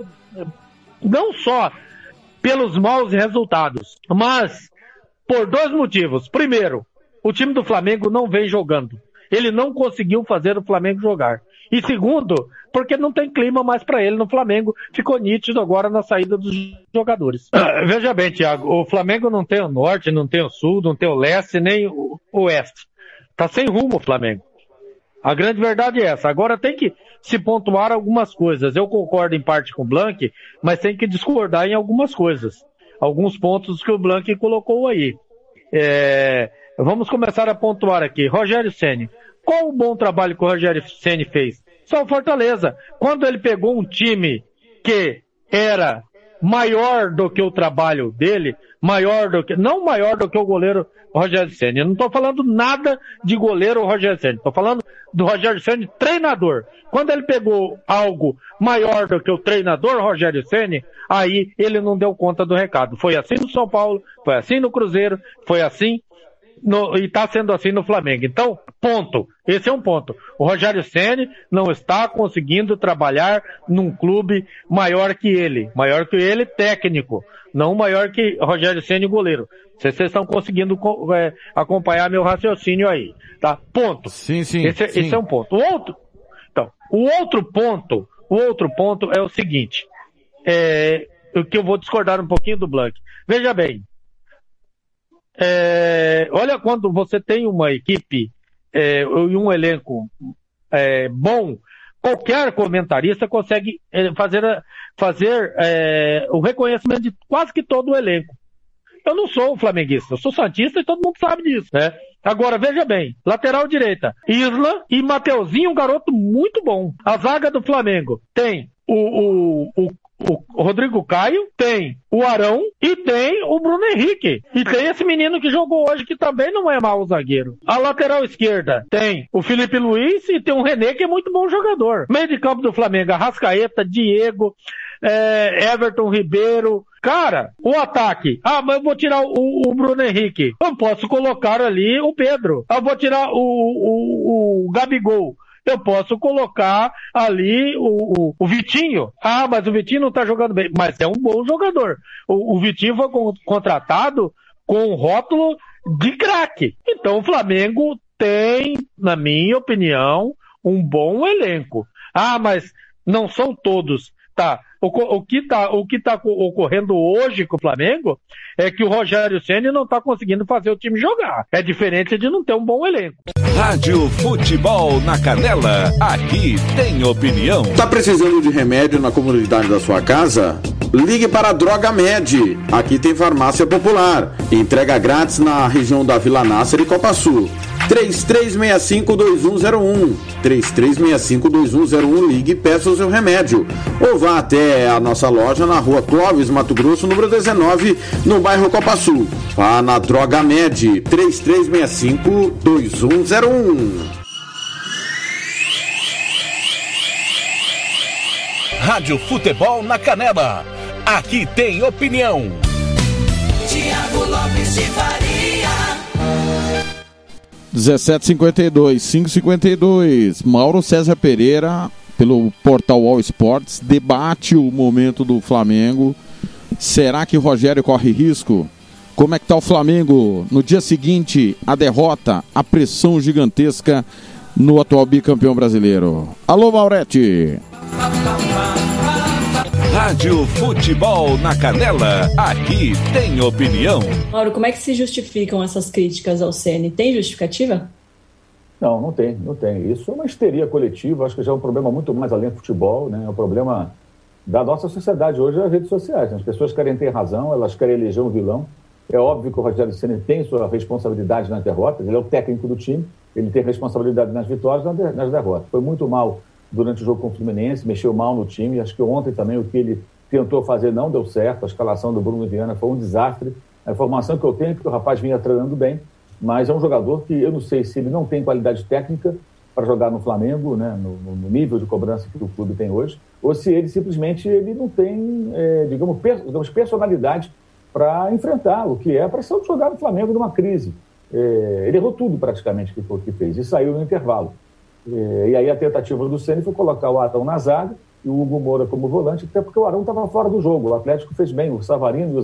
Não só pelos maus resultados, mas por dois motivos. Primeiro, o time do Flamengo não vem jogando. Ele não conseguiu fazer o Flamengo jogar. E segundo, porque não tem clima mais para ele no Flamengo. Ficou nítido agora na saída dos jogadores. Veja bem, Thiago, o Flamengo não tem o norte, não tem o sul, não tem o leste, nem o oeste. Tá sem rumo o Flamengo. A grande verdade é essa. Agora tem que se pontuar algumas coisas. Eu concordo em parte com o Blanc, mas tem que discordar em algumas coisas. Alguns pontos que o Blanc colocou aí. Vamos começar a pontuar aqui. Rogério Ceni. Qual o bom trabalho que o Rogério Ceni fez? Só o Fortaleza. Quando ele pegou um time que era maior do que o trabalho dele, não maior do que o goleiro Rogério Ceni. Eu não estou falando nada de goleiro Rogério Ceni. Estou falando do Rogério Ceni treinador. Quando ele pegou algo maior do que o treinador Rogério Ceni, aí ele não deu conta do recado. Foi assim no São Paulo, foi assim no Cruzeiro, foi assim e está sendo assim no Flamengo. Então, ponto. Esse é um ponto. O Rogério Ceni não está conseguindo trabalhar num clube maior que ele técnico, não maior que Rogério Ceni goleiro. Vocês estão conseguindo acompanhar meu raciocínio aí, tá? Ponto. Sim. Esse é um ponto. O outro ponto é o seguinte, o que eu vou discordar um pouquinho do Blanc. Veja bem, olha, quando você tem uma equipe e um elenco bom, qualquer comentarista consegue fazer o reconhecimento de quase que todo o elenco. Eu não sou flamenguista, eu sou santista e todo mundo sabe disso, né? Agora, veja bem, lateral direita, Isla e Mateuzinho, um garoto muito bom. A zaga do Flamengo tem o Rodrigo Caio, tem o Arão e tem o Bruno Henrique. E tem esse menino que jogou hoje, que também não é mau zagueiro. A lateral esquerda tem o Felipe Luiz e tem o René, que é muito bom jogador. Meio de campo do Flamengo, Arrascaeta, Diego, Everton Ribeiro. Cara, o ataque. Mas eu vou tirar o Bruno Henrique. Eu posso colocar ali o Pedro. Eu vou tirar o Gabigol. Eu posso colocar ali o Vitinho. Mas o Vitinho não tá jogando bem. Mas é um bom jogador. O Vitinho foi contratado com um rótulo de craque. Então o Flamengo tem, na minha opinião, um bom elenco. Mas não são todos. Tá. O que tá ocorrendo hoje com o Flamengo é que o Rogério Ceni não tá conseguindo fazer o time jogar. É diferente de não ter um bom elenco. Rádio Futebol na Canela, aqui tem opinião. Tá precisando de remédio na comunidade da sua casa? Ligue para a Droga Med. Aqui tem farmácia popular. Entrega grátis na região da Vila Nácer e Copa Sul. 3365-2101. 3365-2101. Ligue e peça o seu remédio. Ou vá até a nossa loja na rua Clóvis, Mato Grosso, número 19, no bairro Copa Sul. Vá na Droga Med. 3365-2101. Rádio Futebol na Canela. Aqui tem opinião. Tiago Lopes de Faria. 17:52, 5:52. Mauro César Pereira, pelo portal All Sports, debate o momento do Flamengo. Será que Rogério corre risco? Como é que tá o Flamengo no dia seguinte, a derrota, a pressão gigantesca no atual bicampeão brasileiro? Alô, Maurete! Rádio Futebol na Canela, aqui tem opinião. Mauro, como é que se justificam essas críticas ao Ceni? Tem justificativa? Não tem. Isso é uma histeria coletiva, acho que já é um problema muito mais além do futebol, né? É um problema da nossa sociedade hoje, as redes sociais, né? As pessoas querem ter razão, elas querem eleger um vilão. É óbvio que o Rogério Ceni tem sua responsabilidade nas derrotas, ele é o técnico do time, ele tem responsabilidade nas vitórias e nas derrotas. Foi muito mal durante o jogo com o Fluminense, mexeu mal no time, acho que ontem também o que ele tentou fazer não deu certo, a escalação do Bruno Viana foi um desastre. A informação que eu tenho é que o rapaz vinha treinando bem, mas é um jogador que eu não sei se ele não tem qualidade técnica para jogar no Flamengo, né, no nível de cobrança que o clube tem hoje, ou se ele simplesmente não tem, digamos, personalidade para enfrentar o que é a pressão de jogar no Flamengo numa crise. Ele errou tudo praticamente que fez e saiu no intervalo. E aí a tentativa do Ceni foi colocar o Arão na zaga e o Hugo Moura como volante, até porque o Arão estava fora do jogo. O Atlético fez bem, o Savarino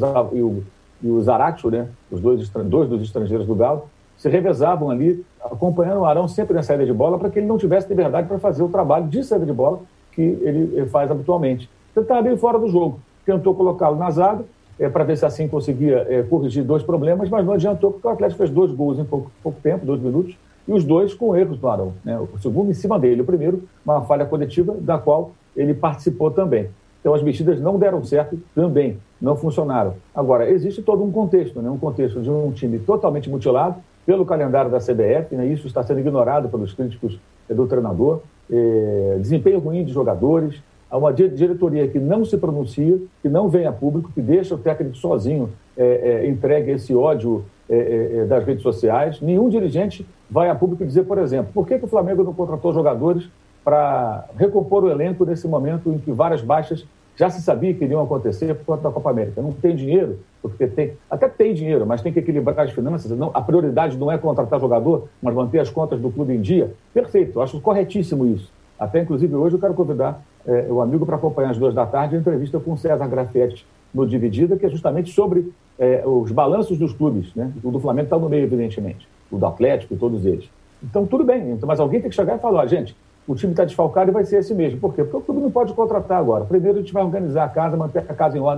e o Zaratio, né, os dois dos estrangeiros do Galo, se revezavam ali, acompanhando o Arão sempre na saída de bola, para que ele não tivesse liberdade para fazer o trabalho de saída de bola que ele faz habitualmente. Então estava bem fora do jogo. Tentou colocá-lo na zaga, para ver se assim conseguia corrigir dois problemas, mas não adiantou, porque o Atlético fez 2 gols em pouco tempo, 2 minutos, e os 2 com erros do Arão, né? O segundo em cima dele, o primeiro, uma falha coletiva da qual ele participou também. Então as mexidas não deram certo também, não funcionaram. Agora, existe todo um contexto, né? Um contexto de um time totalmente mutilado pelo calendário da CBF, né? Isso está sendo ignorado pelos críticos do treinador, desempenho ruim de jogadores, há uma diretoria que não se pronuncia, que não vem a público, que deixa o técnico sozinho entregue esse ódio das redes sociais. Nenhum dirigente vai a público dizer, por exemplo, por que o Flamengo não contratou jogadores para recompor o elenco nesse momento em que várias baixas já se sabia que iriam acontecer por conta da Copa América. Não tem dinheiro, porque até tem dinheiro, mas tem que equilibrar as finanças. A prioridade não é contratar jogador, mas manter as contas do clube em dia. Perfeito, acho corretíssimo isso. Até, inclusive, hoje eu quero convidar o amigo para acompanhar às 2h a entrevista com o César Grafietti no Dividida, que é justamente sobre os balanços dos clubes, né? O do Flamengo está no meio, evidentemente, o do Atlético e todos eles. Então, tudo bem, mas alguém tem que chegar e falar, gente, o time está desfalcado e vai ser esse mesmo. Por quê? Porque o clube não pode contratar agora. Primeiro a gente vai organizar a casa, manter a casa em ordem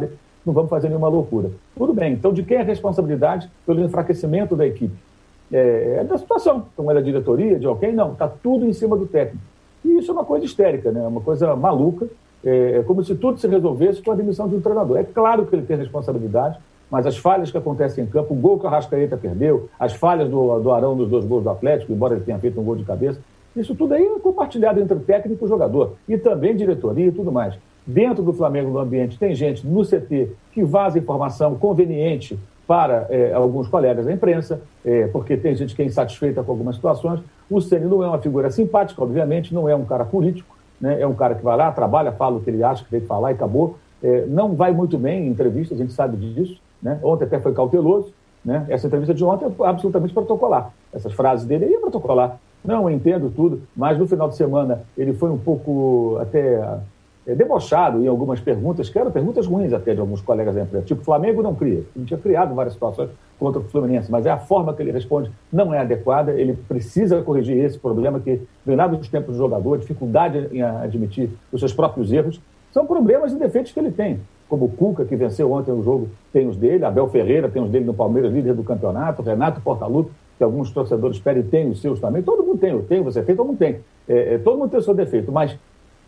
não vamos fazer nenhuma loucura. Tudo bem, então de quem é a responsabilidade pelo enfraquecimento da equipe? É da situação, então é da diretoria, de alguém? Não, está tudo em cima do técnico. E isso é uma coisa histérica, né? Uma coisa maluca, é como se tudo se resolvesse com a demissão de um treinador. É claro que ele tem responsabilidade, mas as falhas que acontecem em campo, o gol que o Arrascaeta perdeu, as falhas do Arão nos 2 gols do Atlético, embora ele tenha feito um gol de cabeça, isso tudo aí é compartilhado entre o técnico e o jogador, e também diretoria e tudo mais. Dentro do Flamengo, no ambiente, tem gente no CT que vaza informação conveniente para alguns colegas da imprensa, porque tem gente que é insatisfeita com algumas situações. O Ceni não é uma figura simpática, obviamente, não é um cara político, né? É um cara que vai lá, trabalha, fala o que ele acha que tem que falar e acabou. Não vai muito bem em entrevistas, a gente sabe disso, né? Ontem até foi cauteloso, né? Essa entrevista de ontem é absolutamente protocolar. Essas frases dele aí é protocolar. Não, eu entendo tudo, mas no final de semana ele foi um pouco até debochado em algumas perguntas, que eram perguntas ruins até de alguns colegas da imprensa. Tipo, o Flamengo não cria. Ele tinha criado várias situações contra o Fluminense, mas a forma que ele responde não é adequada. Ele precisa corrigir esse problema que vem lá dos tempos do jogador, dificuldade em admitir os seus próprios erros. São problemas e defeitos que ele tem. Como o Cuca, que venceu ontem o jogo, tem os dele. Abel Ferreira tem os dele no Palmeiras, líder do campeonato. Renato Portaluppi, que alguns torcedores pedem, tem os seus também. Todo mundo tem. Eu tenho, você tem, todo mundo tem. Todo mundo tem o seu defeito, mas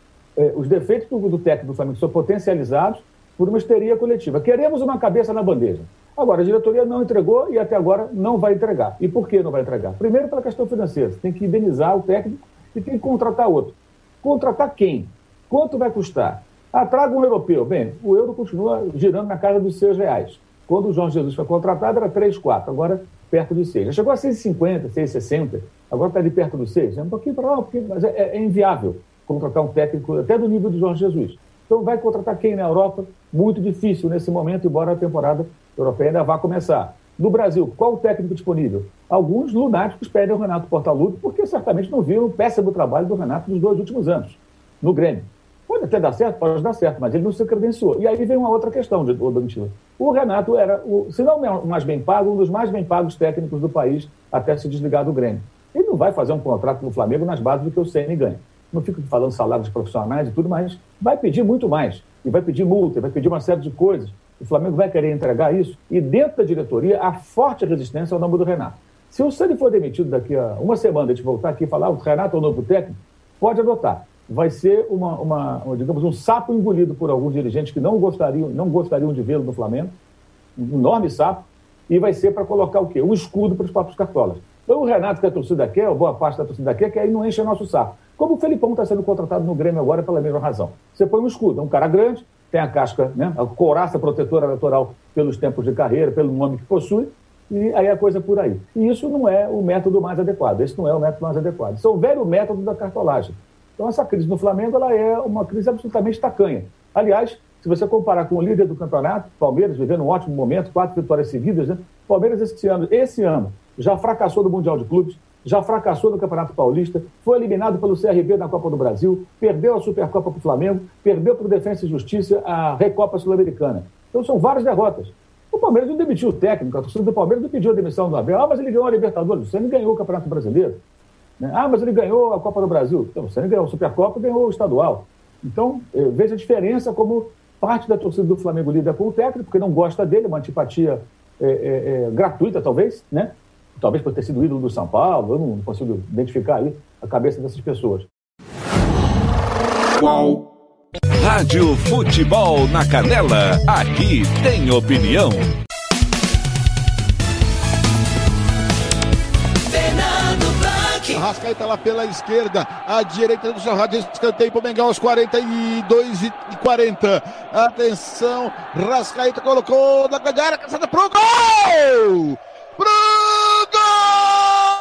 os defeitos do técnico do Flamengo são potencializados por uma histeria coletiva. Queremos uma cabeça na bandeja. Agora, a diretoria não entregou e até agora não vai entregar. E por que não vai entregar? Primeiro, pela questão financeira. Você tem que indenizar o técnico e tem que contratar outro. Contratar quem? Quanto vai custar? Traga um europeu. Bem, o euro continua girando na casa dos R$6. Quando o Jorge Jesus foi contratado, era 3, 4. Agora, perto de 6. Já chegou a 6,50, 6,60. Agora está ali perto dos 6. É um pouquinho para lá, mas é inviável contratar um técnico até do nível do Jorge Jesus. Então vai contratar quem na Europa? Muito difícil nesse momento, embora a temporada europeia ainda vá começar. No Brasil, qual o técnico disponível? Alguns lunáticos pedem o Renato Portaluppi, porque certamente não viram o péssimo trabalho do Renato nos 2 últimos anos, no Grêmio. Pode até dar certo, pode dar certo, mas ele não se credenciou. E aí vem uma outra questão, Domitila. O Renato era, se não o mais bem pago, um dos mais bem pagos técnicos do país até se desligar do Grêmio. Ele não vai fazer um contrato no Flamengo nas bases do que o Ceni ganha. Não fico falando salários profissionais e tudo, mas vai pedir muito mais. E vai pedir multa, vai pedir uma série de coisas. O Flamengo vai querer entregar isso. E dentro da diretoria, há forte resistência ao nome do Renato. Se o Ceni for demitido daqui a uma semana, a gente voltar aqui e falar o Renato é o novo técnico, pode adotar. Vai ser digamos, um sapo engolido por alguns dirigentes que não gostariam de vê-lo no Flamengo. Um enorme sapo. E vai ser para colocar o quê? Um escudo para os próprios cartolas. Então o Renato, que a torcida quer, ou boa parte da torcida quer, que aí não enche o nosso saco. Como o Felipão está sendo contratado no Grêmio agora pela mesma razão. Você põe um escudo, é um cara grande, tem a casca, né, a couraça protetora natural pelos tempos de carreira, pelo nome que possui, e aí a coisa por aí. E isso não é o método mais adequado, esse não é o método mais adequado. Isso é o velho método da cartolagem. Então essa crise no Flamengo ela é uma crise absolutamente tacanha. Aliás, se você comparar com o líder do campeonato, Palmeiras, vivendo um ótimo momento, 4 vitórias seguidas, né? Palmeiras esse ano já fracassou no Mundial de Clubes, já fracassou no Campeonato Paulista, foi eliminado pelo CRB na Copa do Brasil, perdeu a Supercopa para o Flamengo, perdeu para o Defensa e Justiça a Recopa Sul-Americana. Então são várias derrotas. O Palmeiras não demitiu o técnico, a torcida do Palmeiras não pediu a demissão do Abel. Mas ele ganhou a Libertadores, você não ganhou o Campeonato Brasileiro. Né? Mas ele ganhou a Copa do Brasil. Então, você não ganhou a Supercopa e ganhou o estadual. Então, veja a diferença como parte da torcida do Flamengo lida com o técnico, porque não gosta dele, uma antipatia gratuita, talvez, né? Talvez por ter sido ídolo do São Paulo, eu não consigo identificar aí a cabeça dessas pessoas. Qual? Rádio Futebol na Canela, aqui tem opinião. Arrascaeta lá pela esquerda, à direita do seu rádio, escanteio para o Mengão aos 42 e 40. Atenção, Arrascaeta colocou na grande área, caçada pro gol! Pro gol!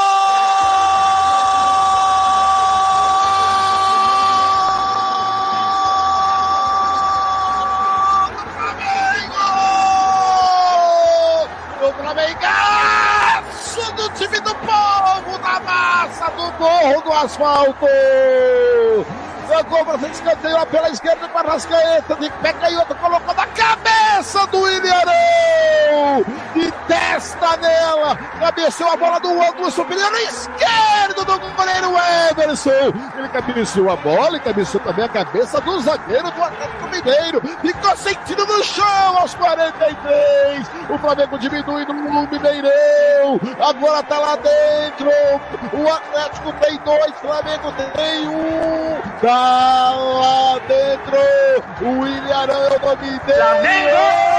O Flamengaço do time do povo, da massa, do morro, do asfalto. Jogou para frente, escanteio lá pela esquerda para Arrascaeta, de pé canhoto, colocou na cabeça do Ilharão e testa nela. boa, cabeceou a bola do ângulo superior esquerdo do goleiro Everson. Ele cabeceou a bola e cabeceou também a cabeça do zagueiro do Atlético Mineiro. Ficou sentindo no chão aos 43. O Flamengo diminui no Mineirão. Agora tá lá dentro. O Atlético tem 2, Flamengo tem 1. Tá lá dentro. O William Arão é o nome dele.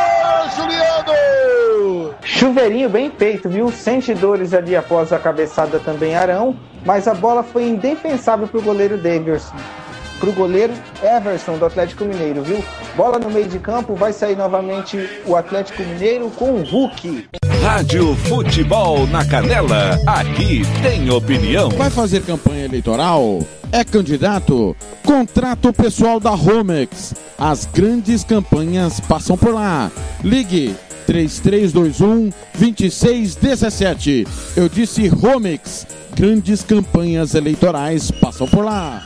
Juliano! Chuveirinho bem feito, viu? Sente dores ali após a cabeçada também Arão, mas a bola foi indefensável pro goleiro Davidson. Pro goleiro Everson do Atlético Mineiro, viu? Bola no meio de campo, vai sair novamente o Atlético Mineiro com o Hulk. Rádio Futebol na Canela, aqui tem opinião. Vai fazer campanha eleitoral? É candidato? Contrato pessoal da Romex. As grandes campanhas passam por lá. Ligue 3321-2617. Eu disse Romex. Grandes campanhas eleitorais passam por lá.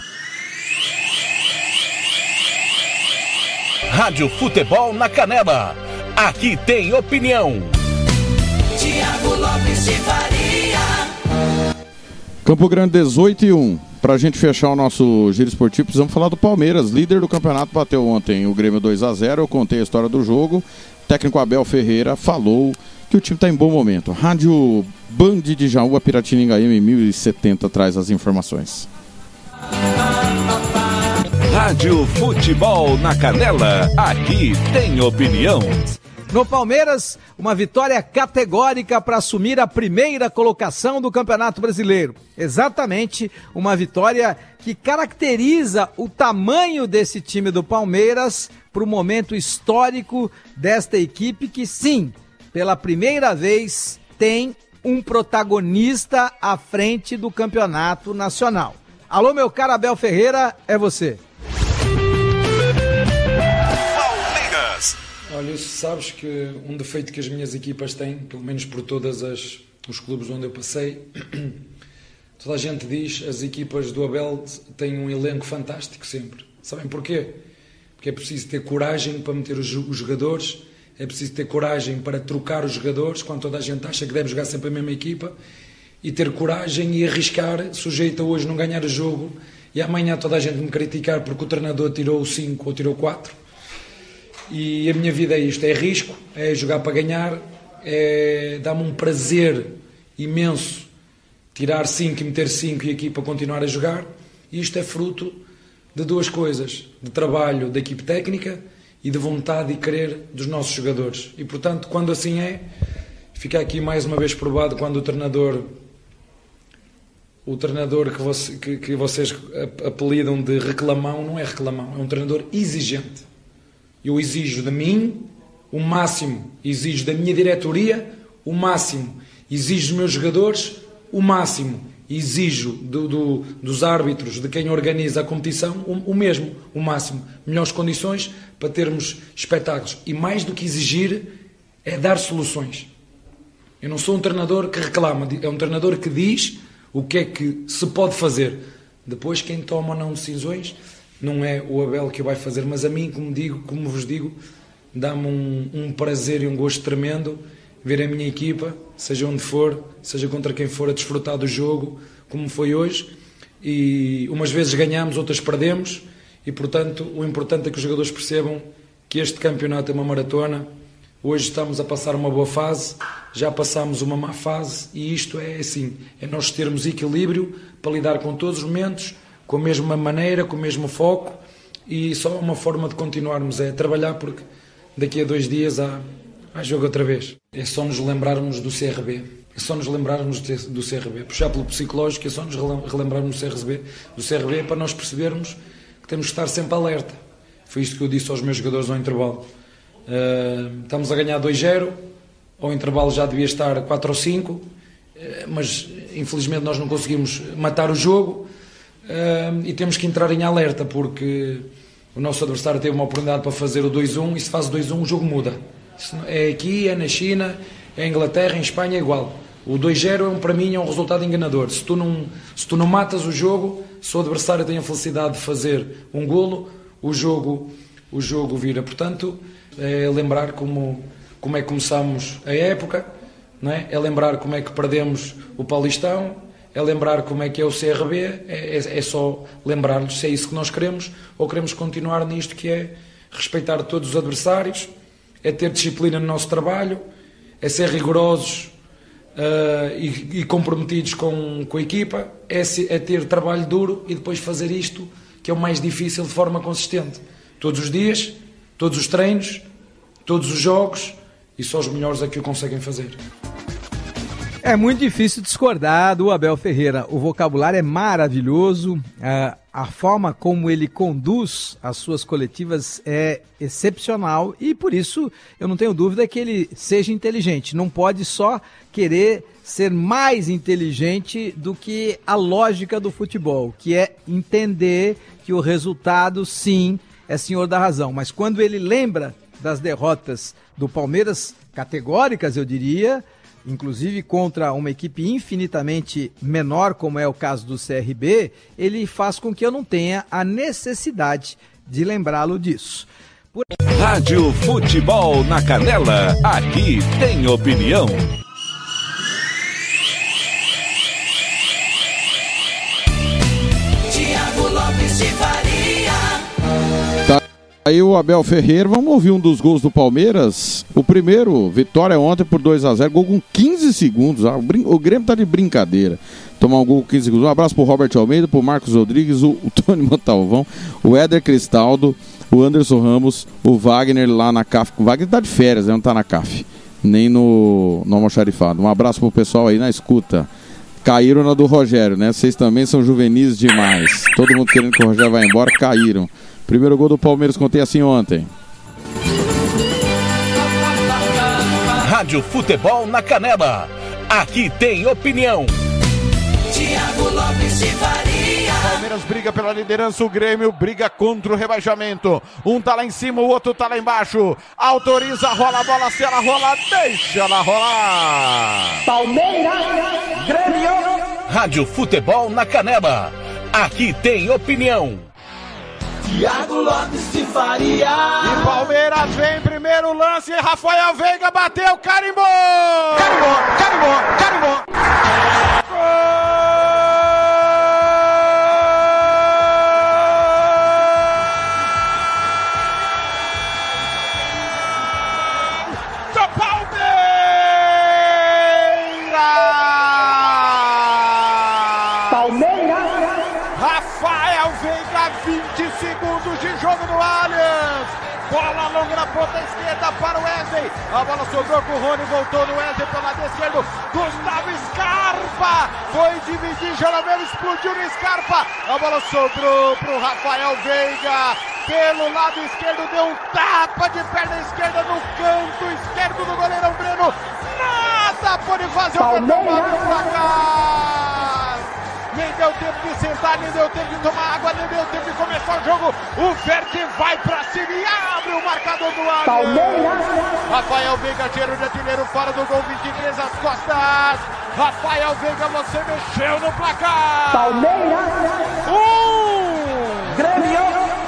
Rádio Futebol na Canela. Aqui tem opinião. Tiago Lopes de Faria. Campo Grande 18-1. Pra gente fechar o nosso giro esportivo, precisamos falar do Palmeiras. Líder do campeonato, bateu ontem o Grêmio 2-0. Eu contei a história do jogo. O técnico Abel Ferreira falou que o time está em bom momento. Rádio Band de Jaú, Piratininga M 1070 traz as informações. Rádio Futebol na Canela, aqui tem opinião. No Palmeiras, uma vitória categórica para assumir a primeira colocação do Campeonato Brasileiro. Exatamente uma vitória que caracteriza o tamanho desse time do Palmeiras para o momento histórico desta equipe que, sim, pela primeira vez tem um protagonista à frente do Campeonato Nacional. Alô, meu caro Abel Ferreira, é você. Olha, sabes que um defeito que as minhas equipas têm, pelo menos por todos os clubes onde eu passei, toda a gente diz, as equipas do Abel têm um elenco fantástico sempre. Sabem porquê? Porque é preciso ter coragem para meter os jogadores, é preciso ter coragem para trocar os jogadores, quando toda a gente acha que deve jogar sempre a mesma equipa, e ter coragem e arriscar, sujeito a hoje não ganhar o jogo, e amanhã toda a gente me criticar porque o treinador tirou 5 ou tirou 4. E a minha vida é isto, é risco, é jogar para ganhar, dá-me um prazer imenso tirar 5 e meter 5 e a equipa continuar a jogar. E isto é fruto de duas coisas, de trabalho da equipe técnica e de vontade e querer dos nossos jogadores. E portanto, quando assim é, fica aqui mais uma vez provado quando o treinador que vocês apelidam de reclamão, não é reclamão, é um treinador exigente. Eu exijo de mim o máximo, exijo da minha diretoria o máximo, exijo dos meus jogadores o máximo, exijo dos árbitros, de quem organiza a competição, o mesmo, o máximo. Melhores condições para termos espetáculos. E mais do que exigir, é dar soluções. Eu não sou um treinador que reclama, é um treinador que diz o que é que se pode fazer. Depois, quem toma ou não decisões não é o Abel que vai fazer, mas a mim, como vos digo, dá-me um prazer e um gosto tremendo ver a minha equipa, seja onde for, seja contra quem for, a desfrutar do jogo, como foi hoje, e umas vezes ganhamos, outras perdemos, e portanto o importante é que os jogadores percebam que este campeonato é uma maratona. Hoje estamos a passar uma boa fase, já passámos uma má fase, e isto é assim, é nós termos equilíbrio para lidar com todos os momentos, com a mesma maneira, com o mesmo foco, e só uma forma de continuarmos é trabalhar, porque daqui a 2 dias há jogo outra vez. É só nos lembrarmos do CRB, é só nos lembrarmos do CRB, puxar pelo psicológico, é só nos relembrarmos do CRB para nós percebermos que temos que estar sempre alerta. Foi isto que eu disse aos meus jogadores ao intervalo. Estamos a ganhar 2-0, ao intervalo já devia estar 4 ou 5, mas infelizmente nós não conseguimos matar o jogo. E temos que entrar em alerta, porque o nosso adversário teve uma oportunidade para fazer o 2-1, e se faz o 2-1 o jogo muda. É aqui, é na China, é em Inglaterra, em Espanha é igual. O 2-0 para mim é um resultado enganador. Se tu não matas o jogo, se o adversário tem a felicidade de fazer um golo, o jogo vira. Portanto, é lembrar como é que começámos a época, não é? É lembrar como é que perdemos o Paulistão, é lembrar como é que é o CRB, é só lembrar-lhes se é isso que nós queremos ou queremos continuar nisto que é respeitar todos os adversários, é ter disciplina no nosso trabalho, é ser rigorosos e comprometidos com a equipa, é ter trabalho duro e depois fazer isto que é o mais difícil de forma consistente. Todos os dias, todos os treinos, todos os jogos, e só os melhores é que o conseguem fazer. É muito difícil discordar do Abel Ferreira. O vocabulário é maravilhoso, a forma como ele conduz as suas coletivas é excepcional e por isso eu não tenho dúvida que ele seja inteligente. Não pode só querer ser mais inteligente do que a lógica do futebol, que é entender que o resultado, sim, é senhor da razão. Mas quando ele lembra das derrotas do Palmeiras, categóricas, eu diria, inclusive contra uma equipe infinitamente menor, como é o caso do CRB, ele faz com que eu não tenha a necessidade de lembrá-lo disso. Rádio Futebol na Canela, aqui tem opinião. Thiago Lopes de Faria. Aí o Abel Ferreira, vamos ouvir um dos gols do Palmeiras. O primeiro, vitória ontem por 2-0, gol com 15 segundos. O Grêmio tá de brincadeira. Tomar um gol com 15 segundos. Um abraço pro Robert Almeida, pro Marcos Rodrigues, o Tony Montalvão, o Éder Cristaldo, o Anderson Ramos, o Wagner lá na CAF. O Wagner tá de férias, né? Não tá na CAF, nem no almoxarifado. Um abraço pro pessoal aí na escuta. Caíram na do Rogério, né? Vocês também são juvenis demais. Todo mundo querendo que o Rogério vá embora, caíram. Primeiro gol do Palmeiras, contei assim ontem. Rádio Futebol na Canela. Aqui tem opinião. Thiago Lopes de Faria. Palmeiras briga pela liderança, o Grêmio briga contra o rebaixamento. Um tá lá em cima, o outro tá lá embaixo. Autoriza, rola a bola, se ela rola, deixa ela rolar. Palmeiras, Grêmio. Rádio Futebol na Canela. Aqui tem opinião. Thiago Lopes de Faria. E Palmeiras vem, primeiro lance, Rafael Veiga bateu, carimbou! Carimbou, carimbou, carimbou! Do Palmeiras! Rafael Veiga, 20 segundos de jogo no Allianz. Bola longa na ponta esquerda para o Wesley. A bola sobrou com o Rony, voltou no Wesley pelo lado esquerdo. Gustavo Scarpa foi dividir, Jeromel explodiu no Scarpa. A bola sobrou para o Rafael Veiga. Pelo lado esquerdo, deu um tapa de perna esquerda no canto esquerdo do goleirão Breno. Nada pode fazer o Guatemala no placar. Nem deu tempo de sentar, nem deu tempo de tomar água, nem deu tempo de começar o jogo. O Verde vai pra cima e abre o marcador do Palmeiras. Rafael Veiga, cheiro de artilheiro fora do gol, 23 às costas. Rafael Veiga, você mexeu no placar. Palmeiras. 1. Grêmio.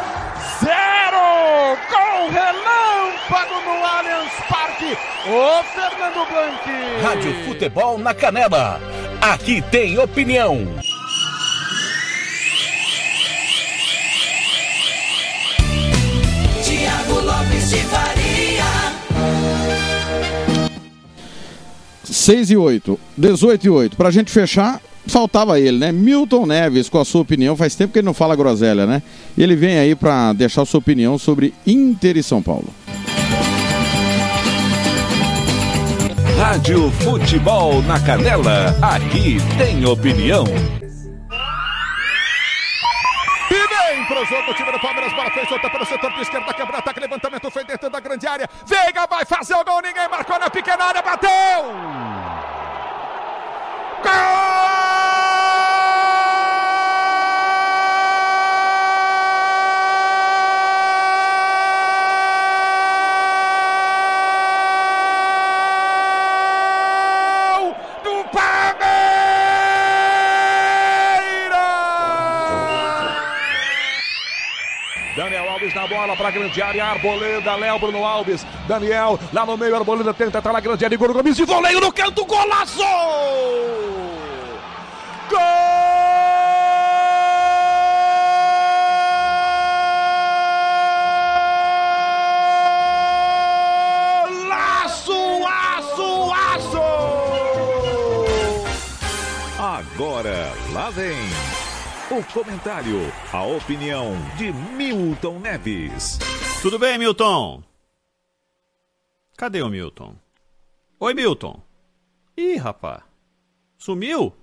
0. Gol relâmpago no Allianz Parque. O Fernando Blanc. Rádio Futebol na Canela. Aqui tem opinião. Thiago Lopes de Faria. 6-8, 18-8. Pra gente fechar, faltava ele, né? Milton Neves, com a sua opinião. Faz tempo que ele não fala groselha, né? E ele vem aí pra deixar a sua opinião sobre Inter e São Paulo. Rádio Futebol na Canela, aqui tem opinião. E vem pro jogo o time do Palmeiras, bola foi solta pelo setor de esquerda, quebra ataque, levantamento foi dentro da grande área. Veiga vai fazer o gol, ninguém marcou na pequena área, bateu! Gol! Neves na bola para a grande área, Arboleda, Léo, Bruno Alves, Daniel, lá no meio, Arboleda tenta, tá na grande área, Igor Gomes de voleio no canto, golaço! Agora, lá vem o comentário, a opinião de Milton Neves. Tudo bem, Milton? Cadê o Milton? Oi, Milton. Ih, rapaz. Sumiu?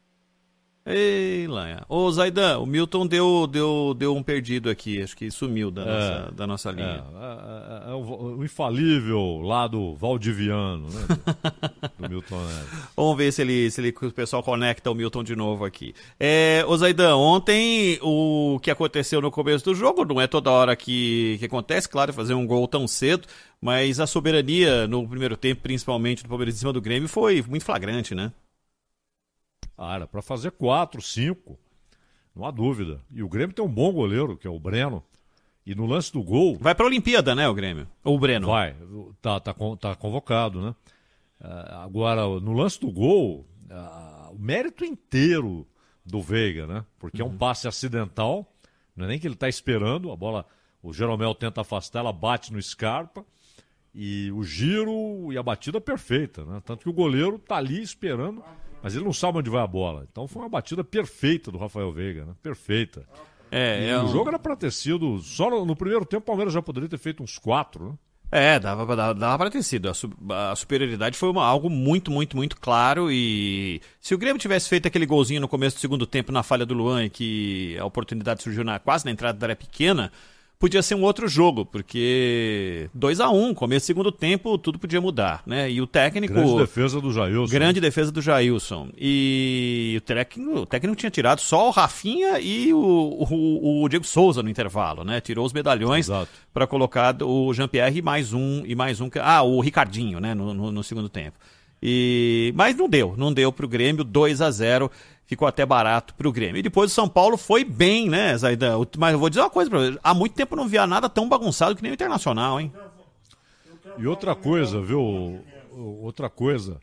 Ei, Lanha. Ô, Zaidan, o Milton deu um perdido aqui. Acho que sumiu da nossa linha. É o infalível lado valdiviano, né? Do Milton Neves. Vamos ver se o pessoal conecta o Milton de novo aqui. Ô, Zaidan, ontem o que aconteceu no começo do jogo, não é toda hora que acontece, claro, fazer um gol tão cedo, mas a soberania no primeiro tempo, principalmente do Palmeiras em cima do Grêmio, foi muito flagrante, né? Era para fazer 4, 5, não há dúvida. E o Grêmio tem um bom goleiro, que é o Breno. E no lance do gol... Vai para a Olimpíada, né, o Grêmio? Ou o Breno? Vai, tá convocado, né? Agora, no lance do gol, o mérito inteiro do Veiga, né? Porque é um passe acidental, não é nem que ele está esperando, a bola, o Jeromel tenta afastar, ela bate no Scarpa, e o giro e a batida perfeita, né? Tanto que o goleiro tá ali esperando... Mas ele não sabe onde vai a bola. Então foi uma batida perfeita do Rafael Veiga, né? Perfeita. O jogo era para ter sido... Só no primeiro tempo o Palmeiras já poderia ter feito uns 4, né? Dava para ter sido. A superioridade foi algo muito, muito, muito claro. E se o Grêmio tivesse feito aquele golzinho no começo do segundo tempo na falha do Luan, e que a oportunidade surgiu quase na entrada da área pequena, podia ser um outro jogo, porque 2-1, começo do segundo tempo, tudo podia mudar, né? E o técnico... Grande defesa do Jailson. Grande defesa do Jailson. E o técnico tinha tirado só o Rafinha e o Diego Souza no intervalo, né? Tirou os medalhões para colocar o Jean-Pierre e mais um. O Ricardinho, né? No segundo tempo. Mas não deu pro Grêmio, 2-0. Ficou até barato pro Grêmio. E depois o São Paulo foi bem, né, Zaidan? Mas eu vou dizer uma coisa pra você. Há muito tempo eu não via nada tão bagunçado que nem o Internacional, hein? E outra coisa, viu? Outra coisa.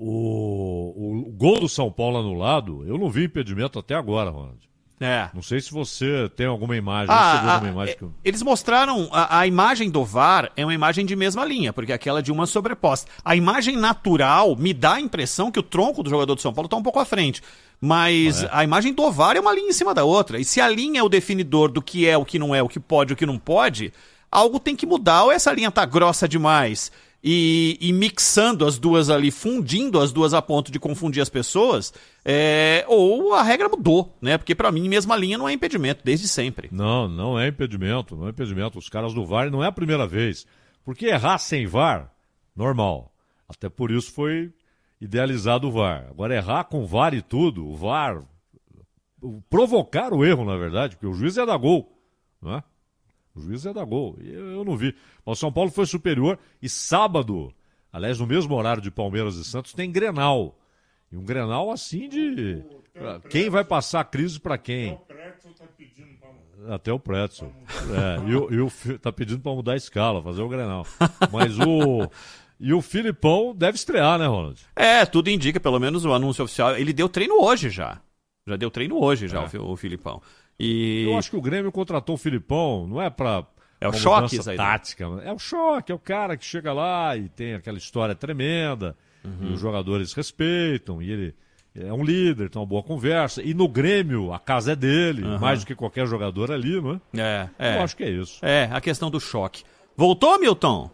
O gol do São Paulo anulado, eu não vi impedimento até agora, Ronald. Não sei se você tem alguma imagem. Eles mostraram a imagem do VAR é uma imagem de mesma linha, porque é aquela de uma sobreposta. A imagem natural me dá a impressão que o tronco do jogador do São Paulo está um pouco à frente. Mas a imagem do VAR é uma linha em cima da outra. E se a linha é o definidor do que é, o que não é, o que pode, o que não pode, algo tem que mudar. Ou essa linha tá grossa demais e mixando as duas ali, fundindo as duas a ponto de confundir as pessoas, ou a regra mudou, né? Porque pra mim, mesma linha não é impedimento, desde sempre. Não é impedimento, não é impedimento. Os caras do VAR não é a primeira vez. Porque errar sem VAR, normal. Até por isso foi idealizado o VAR. Agora errar com VAR e tudo, o VAR provocar o erro, na verdade, porque o juiz ia dar gol, não é? O juiz ia dar gol. E eu não vi. Mas o São Paulo foi superior e sábado, aliás, no mesmo horário de Palmeiras e Santos, tem Grenal. E um Grenal assim de... Quem vai passar a crise para quem? Até o Pretzel. Tá pedindo para mudar a escala, fazer o Grenal. Mas E o Filipão deve estrear, né, Ronald? Tudo indica, pelo menos o anúncio oficial. Ele deu treino hoje já. Já deu treino hoje o Filipão. Eu acho que o Grêmio contratou o Filipão, não é pra... É o choque, tática. É o choque, é o cara que chega lá e tem aquela história tremenda, e os jogadores respeitam, e ele é um líder, tem uma boa conversa. E no Grêmio, a casa é dele, mais do que qualquer jogador ali, não é? Eu acho que é isso. A questão do choque. Voltou, Milton?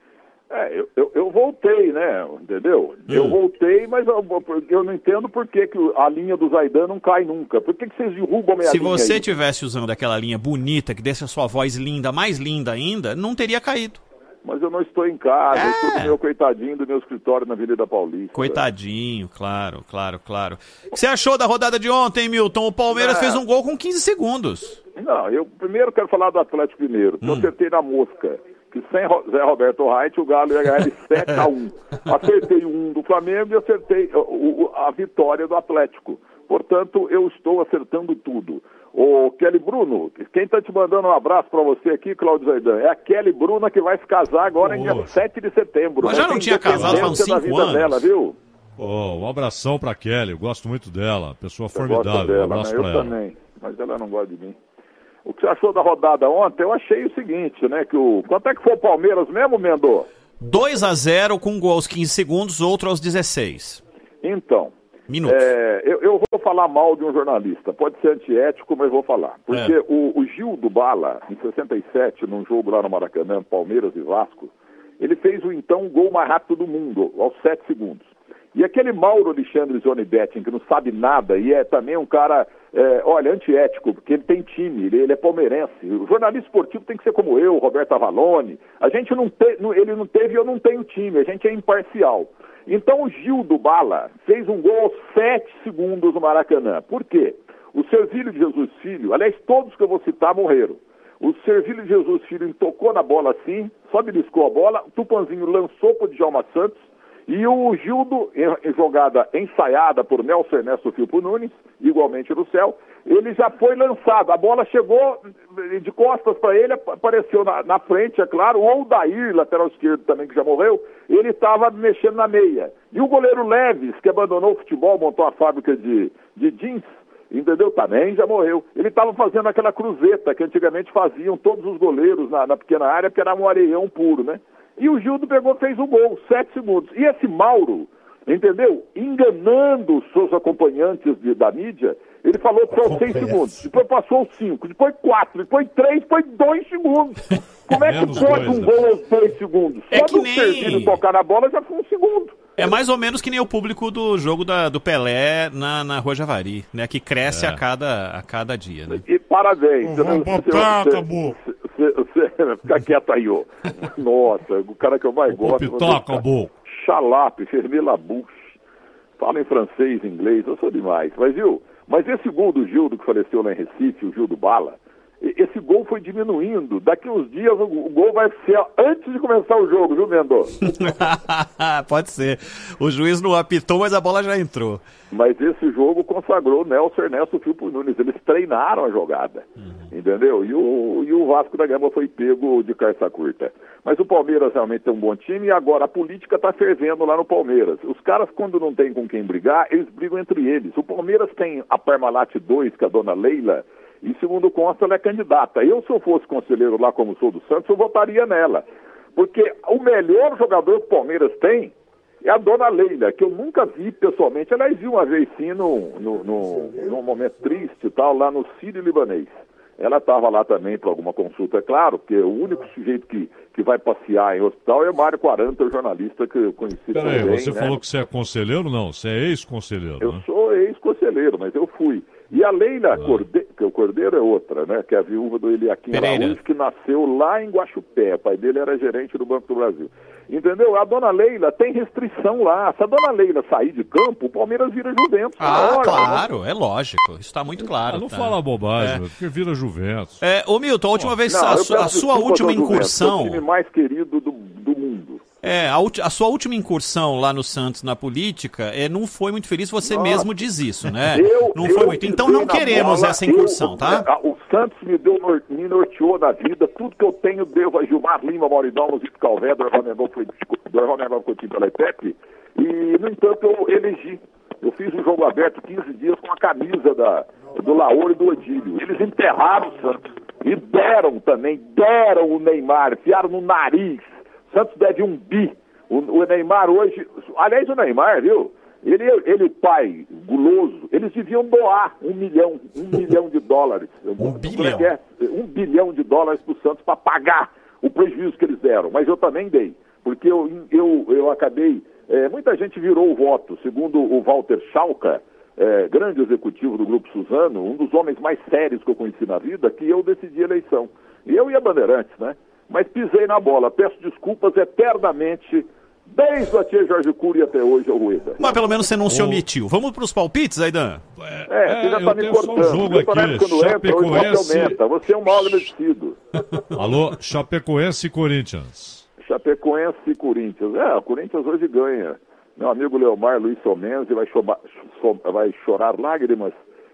Eu voltei, né? Entendeu? Eu voltei, mas eu não entendo por que a linha do Zaidan não cai nunca. Por que vocês derrubam a minha linha? Se você estivesse usando aquela linha bonita, que deixa a sua voz linda, mais linda ainda, não teria caído. Mas eu não estou em casa, eu estou no meu coitadinho do meu escritório na Avenida Paulista. Coitadinho, claro. O que você achou da rodada de ontem, Milton? O Palmeiras fez um gol com 15 segundos. Não, eu primeiro quero falar do Atlético Mineiro. Eu acertei na mosca. Que sem Zé Roberto Reit, o Galo ia ganhar de 7-1. Acertei um do Flamengo e acertei a vitória do Atlético. Portanto, eu estou acertando tudo. Ô, Kelly Bruno, quem tá te mandando um abraço pra você aqui, Cláudio Zaidan, é a Kelly Bruna que vai se casar agora em dia 7 de setembro. Mas já não tinha casado há uns 5 anos. Dela, viu? Um abração pra Kelly, eu gosto muito dela, pessoa Eu formidável, gosto dela, um abraço né? pra Eu ela. também, mas ela não gosta de mim. O que você achou da rodada ontem? Eu achei o seguinte, né, quanto é que foi o Palmeiras mesmo, Mendô? 2-0 com um gol aos 15 segundos, outro aos 16. Então, minutos. Eu vou falar mal de um jornalista, pode ser antiético, mas vou falar. Porque o Gil do Bala, em 67, num jogo lá no Maracanã, Palmeiras e Vasco, ele fez o então gol mais rápido do mundo, aos 7 segundos. E aquele Mauro Alexandre Zoni Betting, que não sabe nada, e é também um cara, antiético, porque ele tem time, ele é palmeirense. O jornalista esportivo tem que ser como eu, Roberto Avalone. A gente ele não teve e eu não tenho time, a gente é imparcial. Então o Gil do Bala fez um gol aos 7 segundos no Maracanã. Por quê? O Servílio de Jesus Filho, aliás, todos que eu vou citar morreram. O Servílio de Jesus Filho tocou na bola assim, só beliscou a bola, o Tupanzinho lançou para o Djalma Santos, e o Gildo, em jogada ensaiada por Nelson Ernesto Filpo Nunes, igualmente no céu, ele já foi lançado. A bola chegou de costas para ele, apareceu na frente, é claro. O Odair, lateral esquerdo também, que já morreu, ele estava mexendo na meia. E o goleiro Leves, que abandonou o futebol, montou a fábrica de jeans, entendeu? Também já morreu. Ele estava fazendo aquela cruzeta que antigamente faziam todos os goleiros na pequena área, porque era um areião puro, né? E o Gildo fez o gol, 7 segundos. E esse Mauro, entendeu? Enganando os seus acompanhantes da mídia, ele falou que foi 6 segundos, depois passou os 5, depois 4, depois 3, depois 2 segundos. Como é que pode um gol aos 2 segundos? Só do Servílio tocar na bola já foi 1 segundo. É mais ou menos que nem o público do jogo do Pelé na Rua Javari, né? Que cresce a cada dia, né? E parabéns. Vamos botar, acabou. Fica quieto aí, ó. Nossa, o cara que eu mais gosto. Acabou. Chalape, Fermila Bush. Fala em francês, inglês, eu sou demais. Mas, viu? Mas esse gol do Gildo que faleceu lá em Recife, o Gildo Bala, esse gol foi diminuindo. Daqui uns dias o gol vai ser antes de começar o jogo, viu, Mendonça? Pode ser. O juiz não apitou, mas a bola já entrou. Mas esse jogo consagrou Nelson Ernesto Filpo Nunes. Eles treinaram a jogada, entendeu? E o Vasco da Gama foi pego de calça curta. Mas o Palmeiras realmente tem um bom time e agora a política está fervendo lá no Palmeiras. Os caras, quando não tem com quem brigar, eles brigam entre eles. O Palmeiras tem a Parmalat 2, que é a dona Leila, e segundo consta, ela é candidata. Se eu fosse conselheiro lá como sou do Santos, eu votaria nela. Porque o melhor jogador que o Palmeiras tem é a dona Leila, que eu nunca vi pessoalmente. Aliás, vi uma vez sim, num momento triste e tal, lá no Sírio Libanês. Ela estava lá também para alguma consulta, é claro, porque o único sujeito que vai passear em hospital é o Mário 40, o jornalista que eu conheci também. Peraí, você falou que você é conselheiro? Não, você é ex-conselheiro. Eu sou ex-conselheiro, mas eu fui. E a Leila que o Cordeiro é outra, né? Que é a viúva do Eliaquim Araújo, que nasceu lá em Guaxupé. O pai dele era gerente do Banco do Brasil. Entendeu? A dona Leila tem restrição lá. Se a dona Leila sair de campo, o Palmeiras vira Juventus. Claro, é lógico. Isso está muito claro. Não fala bobagem, porque vira Juventus. Ô Milton, a última vez, a sua última incursão... É o time mais querido do mundo. A sua última incursão lá no Santos na política não foi muito feliz, você mesmo diz isso, né? Não foi muito. Então não queremos essa incursão, tá? O Santos me norteou na vida, tudo que eu tenho devo a Gilmar Lima, Mauridão, Zito Calvé, Dorval Neval Coutinho pela IPEP, e, no entanto, eu elegi. Eu fiz um jogo aberto 15 dias com a camisa do Laor e do Odílio. Eles enterraram o Santos e deram o Neymar, enfiaram no nariz. Santos deve 1 bi. O Neymar hoje... Aliás, o Neymar, viu? Ele o pai, guloso, eles deviam doar 1 milhão de dólares. 1 bilhão? 1 bilhão de dólares para o Santos para pagar o prejuízo que eles deram. Mas eu também dei. Porque eu acabei... muita gente virou o voto. Segundo o Walter Schalka, grande executivo do Grupo Suzano, um dos homens mais sérios que eu conheci na vida, que eu decidi a eleição. E eu ia Bandeirantes, né? Mas pisei na bola. Peço desculpas eternamente, desde o Tia Jorge Cury até hoje, ao Rueda. Mas pelo menos você não se omitiu. Vamos para os palpites, Aidan? Você já está me cortando. Jogo aqui, Chapecoense... Você é um mal agradecido. Alô, Chapecoense e Corinthians. Chapecoense e Corinthians. O Corinthians hoje ganha. Meu amigo Leomar Luiz Somenzi vai chorar lágrimas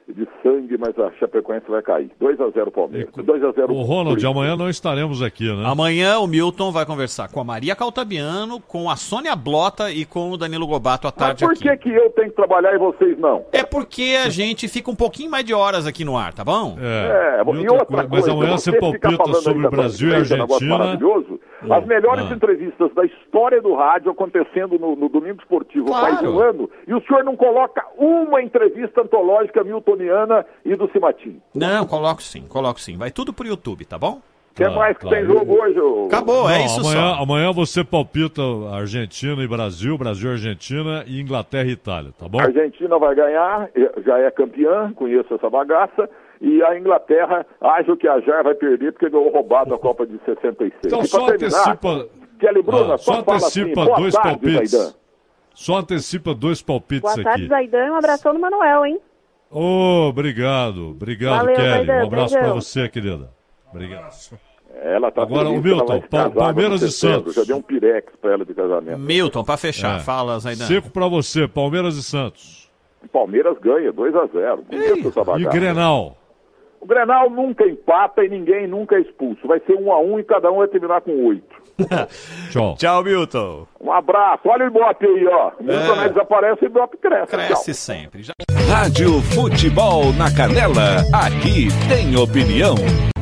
de sangue, mas a Chapecoense vai cair. 2-0 Palmeiras. 2-0. O Ronald, amanhã não estaremos aqui, né? Amanhã o Milton vai conversar com a Maria Caltabiano, com a Sônia Blota e com o Danilo Gobato à tarde Mas por que eu tenho que trabalhar e vocês não? É porque a gente fica um pouquinho mais de horas aqui no ar, tá bom? E outra mas coisa, amanhã você palpita sobre Brasil e Argentina. Maravilhoso. As melhores entrevistas da história do rádio acontecendo no Domingo Esportivo faz um ano, e o senhor não coloca uma entrevista antológica miltoniana e do Cimatim. Não, coloco sim. Vai tudo pro YouTube, tá bom? O que mais que tem jogo hoje? Acabou, é isso só. Amanhã você palpita Argentina e Brasil, Brasil e Argentina e Inglaterra e Itália, tá bom? A Argentina vai ganhar, já é campeã, conheço essa bagaça. E a Inglaterra, acho que a Jar vai perder porque ganhou roubado a Copa de 66. Então e só antecipa... Kelly Bruna, só antecipa assim, dois tarde, palpites. Zaidan. Só antecipa 2 palpites Boa tarde, aqui. Zaidan. Um abração do Manuel, hein? Obrigado, Valeu, Kelly. Zaidan, Um abraço beijão. pra você, querida. Obrigado. Ela tá Agora, feliz o que ela Milton, vai se casar Palmeiras no e setembro. Santos. Já deu um pirex pra ela de casamento. Milton, pra fechar, fala, Zaidan. Seco pra você, Palmeiras e Santos. O Palmeiras ganha, 2-0. Conheço essa E bagaça. Grenal. O Grenal nunca empata e ninguém nunca é expulso. Vai ser 1-1 e cada um vai terminar com 8. Tchau. Tchau, Milton. Um abraço. Olha o Ibope aí, ó. O Milton desaparece e o Ibope cresce. Cresce Tchau. sempre. Rádio Futebol na Canela, aqui tem opinião.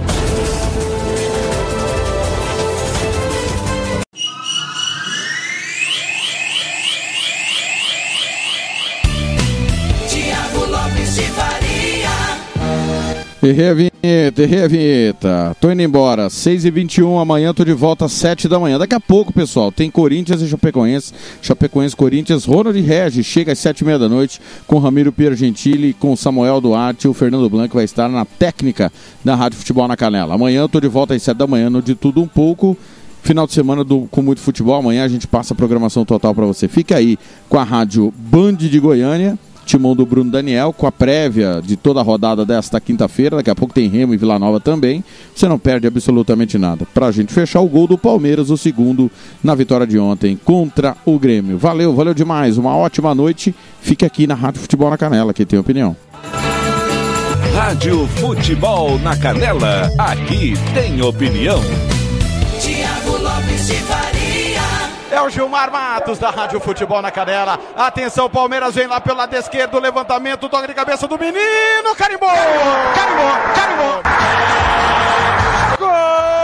Tiago Lopes de Faria. Errei a vinheta. Tô indo embora. 6h21, amanhã tô de volta às 7 da manhã. Daqui a pouco, pessoal, tem Corinthians e Chapecoense. Chapecoense, Corinthians. Ronald Regis chega às 7h30 da noite com Ramiro Piero Gentili, com Samuel Duarte e o Fernando Blanco vai estar na técnica da Rádio Futebol na Canela. Amanhã eu tô de volta às 7 da manhã no De Tudo Um Pouco. Final de semana com muito futebol. Amanhã a gente passa a programação total para você. Fica aí com a Rádio Band de Goiânia. Timão do Bruno Daniel, com a prévia de toda a rodada desta quinta-feira. Daqui a pouco tem Remo e Vila Nova também. Você não perde absolutamente nada. Pra gente fechar o gol do Palmeiras, o segundo na vitória de ontem contra o Grêmio. Valeu demais. Uma ótima noite. Fique aqui na Rádio Futebol na Canela, que tem opinião. Rádio Futebol na Canela, aqui tem opinião. Tiago Lopes de Faria. É o Gilmar Matos da Rádio Futebol na Canela. Atenção, Palmeiras vem lá pelo lado esquerdo. Levantamento, toque de cabeça do menino. Carimbou! Carimbou! Gol!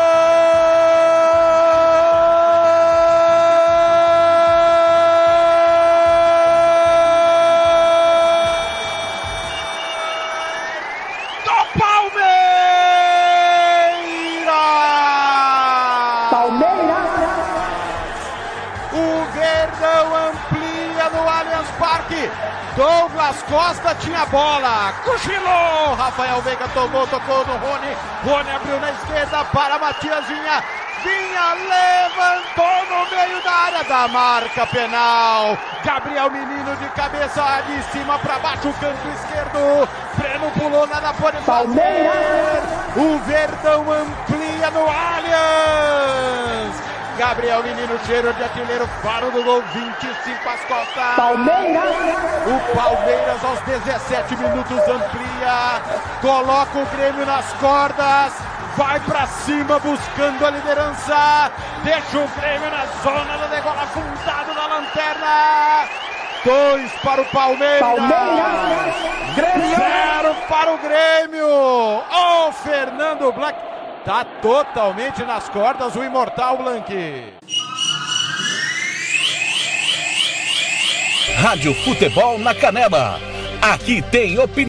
Douglas Costa tinha bola, cochilou, Rafael Veiga tomou, tocou no Rony, Rony abriu na esquerda para Matias Vinha, levantou no meio da área da marca penal, Gabriel Menino de cabeça de cima para baixo, canto esquerdo, Breno pulou, nada pode fazer, o Verdão amplia no Allianz. Gabriel Menino, cheiro de artilheiro, faro do gol, 25 às costas. Palmeiras! O Palmeiras aos 17 minutos amplia, coloca o Grêmio nas cordas, vai pra cima buscando a liderança, deixa o Grêmio na zona da degola, afundado na lanterna. 2 para o Palmeiras. 0 para o Grêmio. O Fernando Blanc tá totalmente nas cordas, o imortal Blanc. Rádio Futebol na Canela. Aqui tem opinião.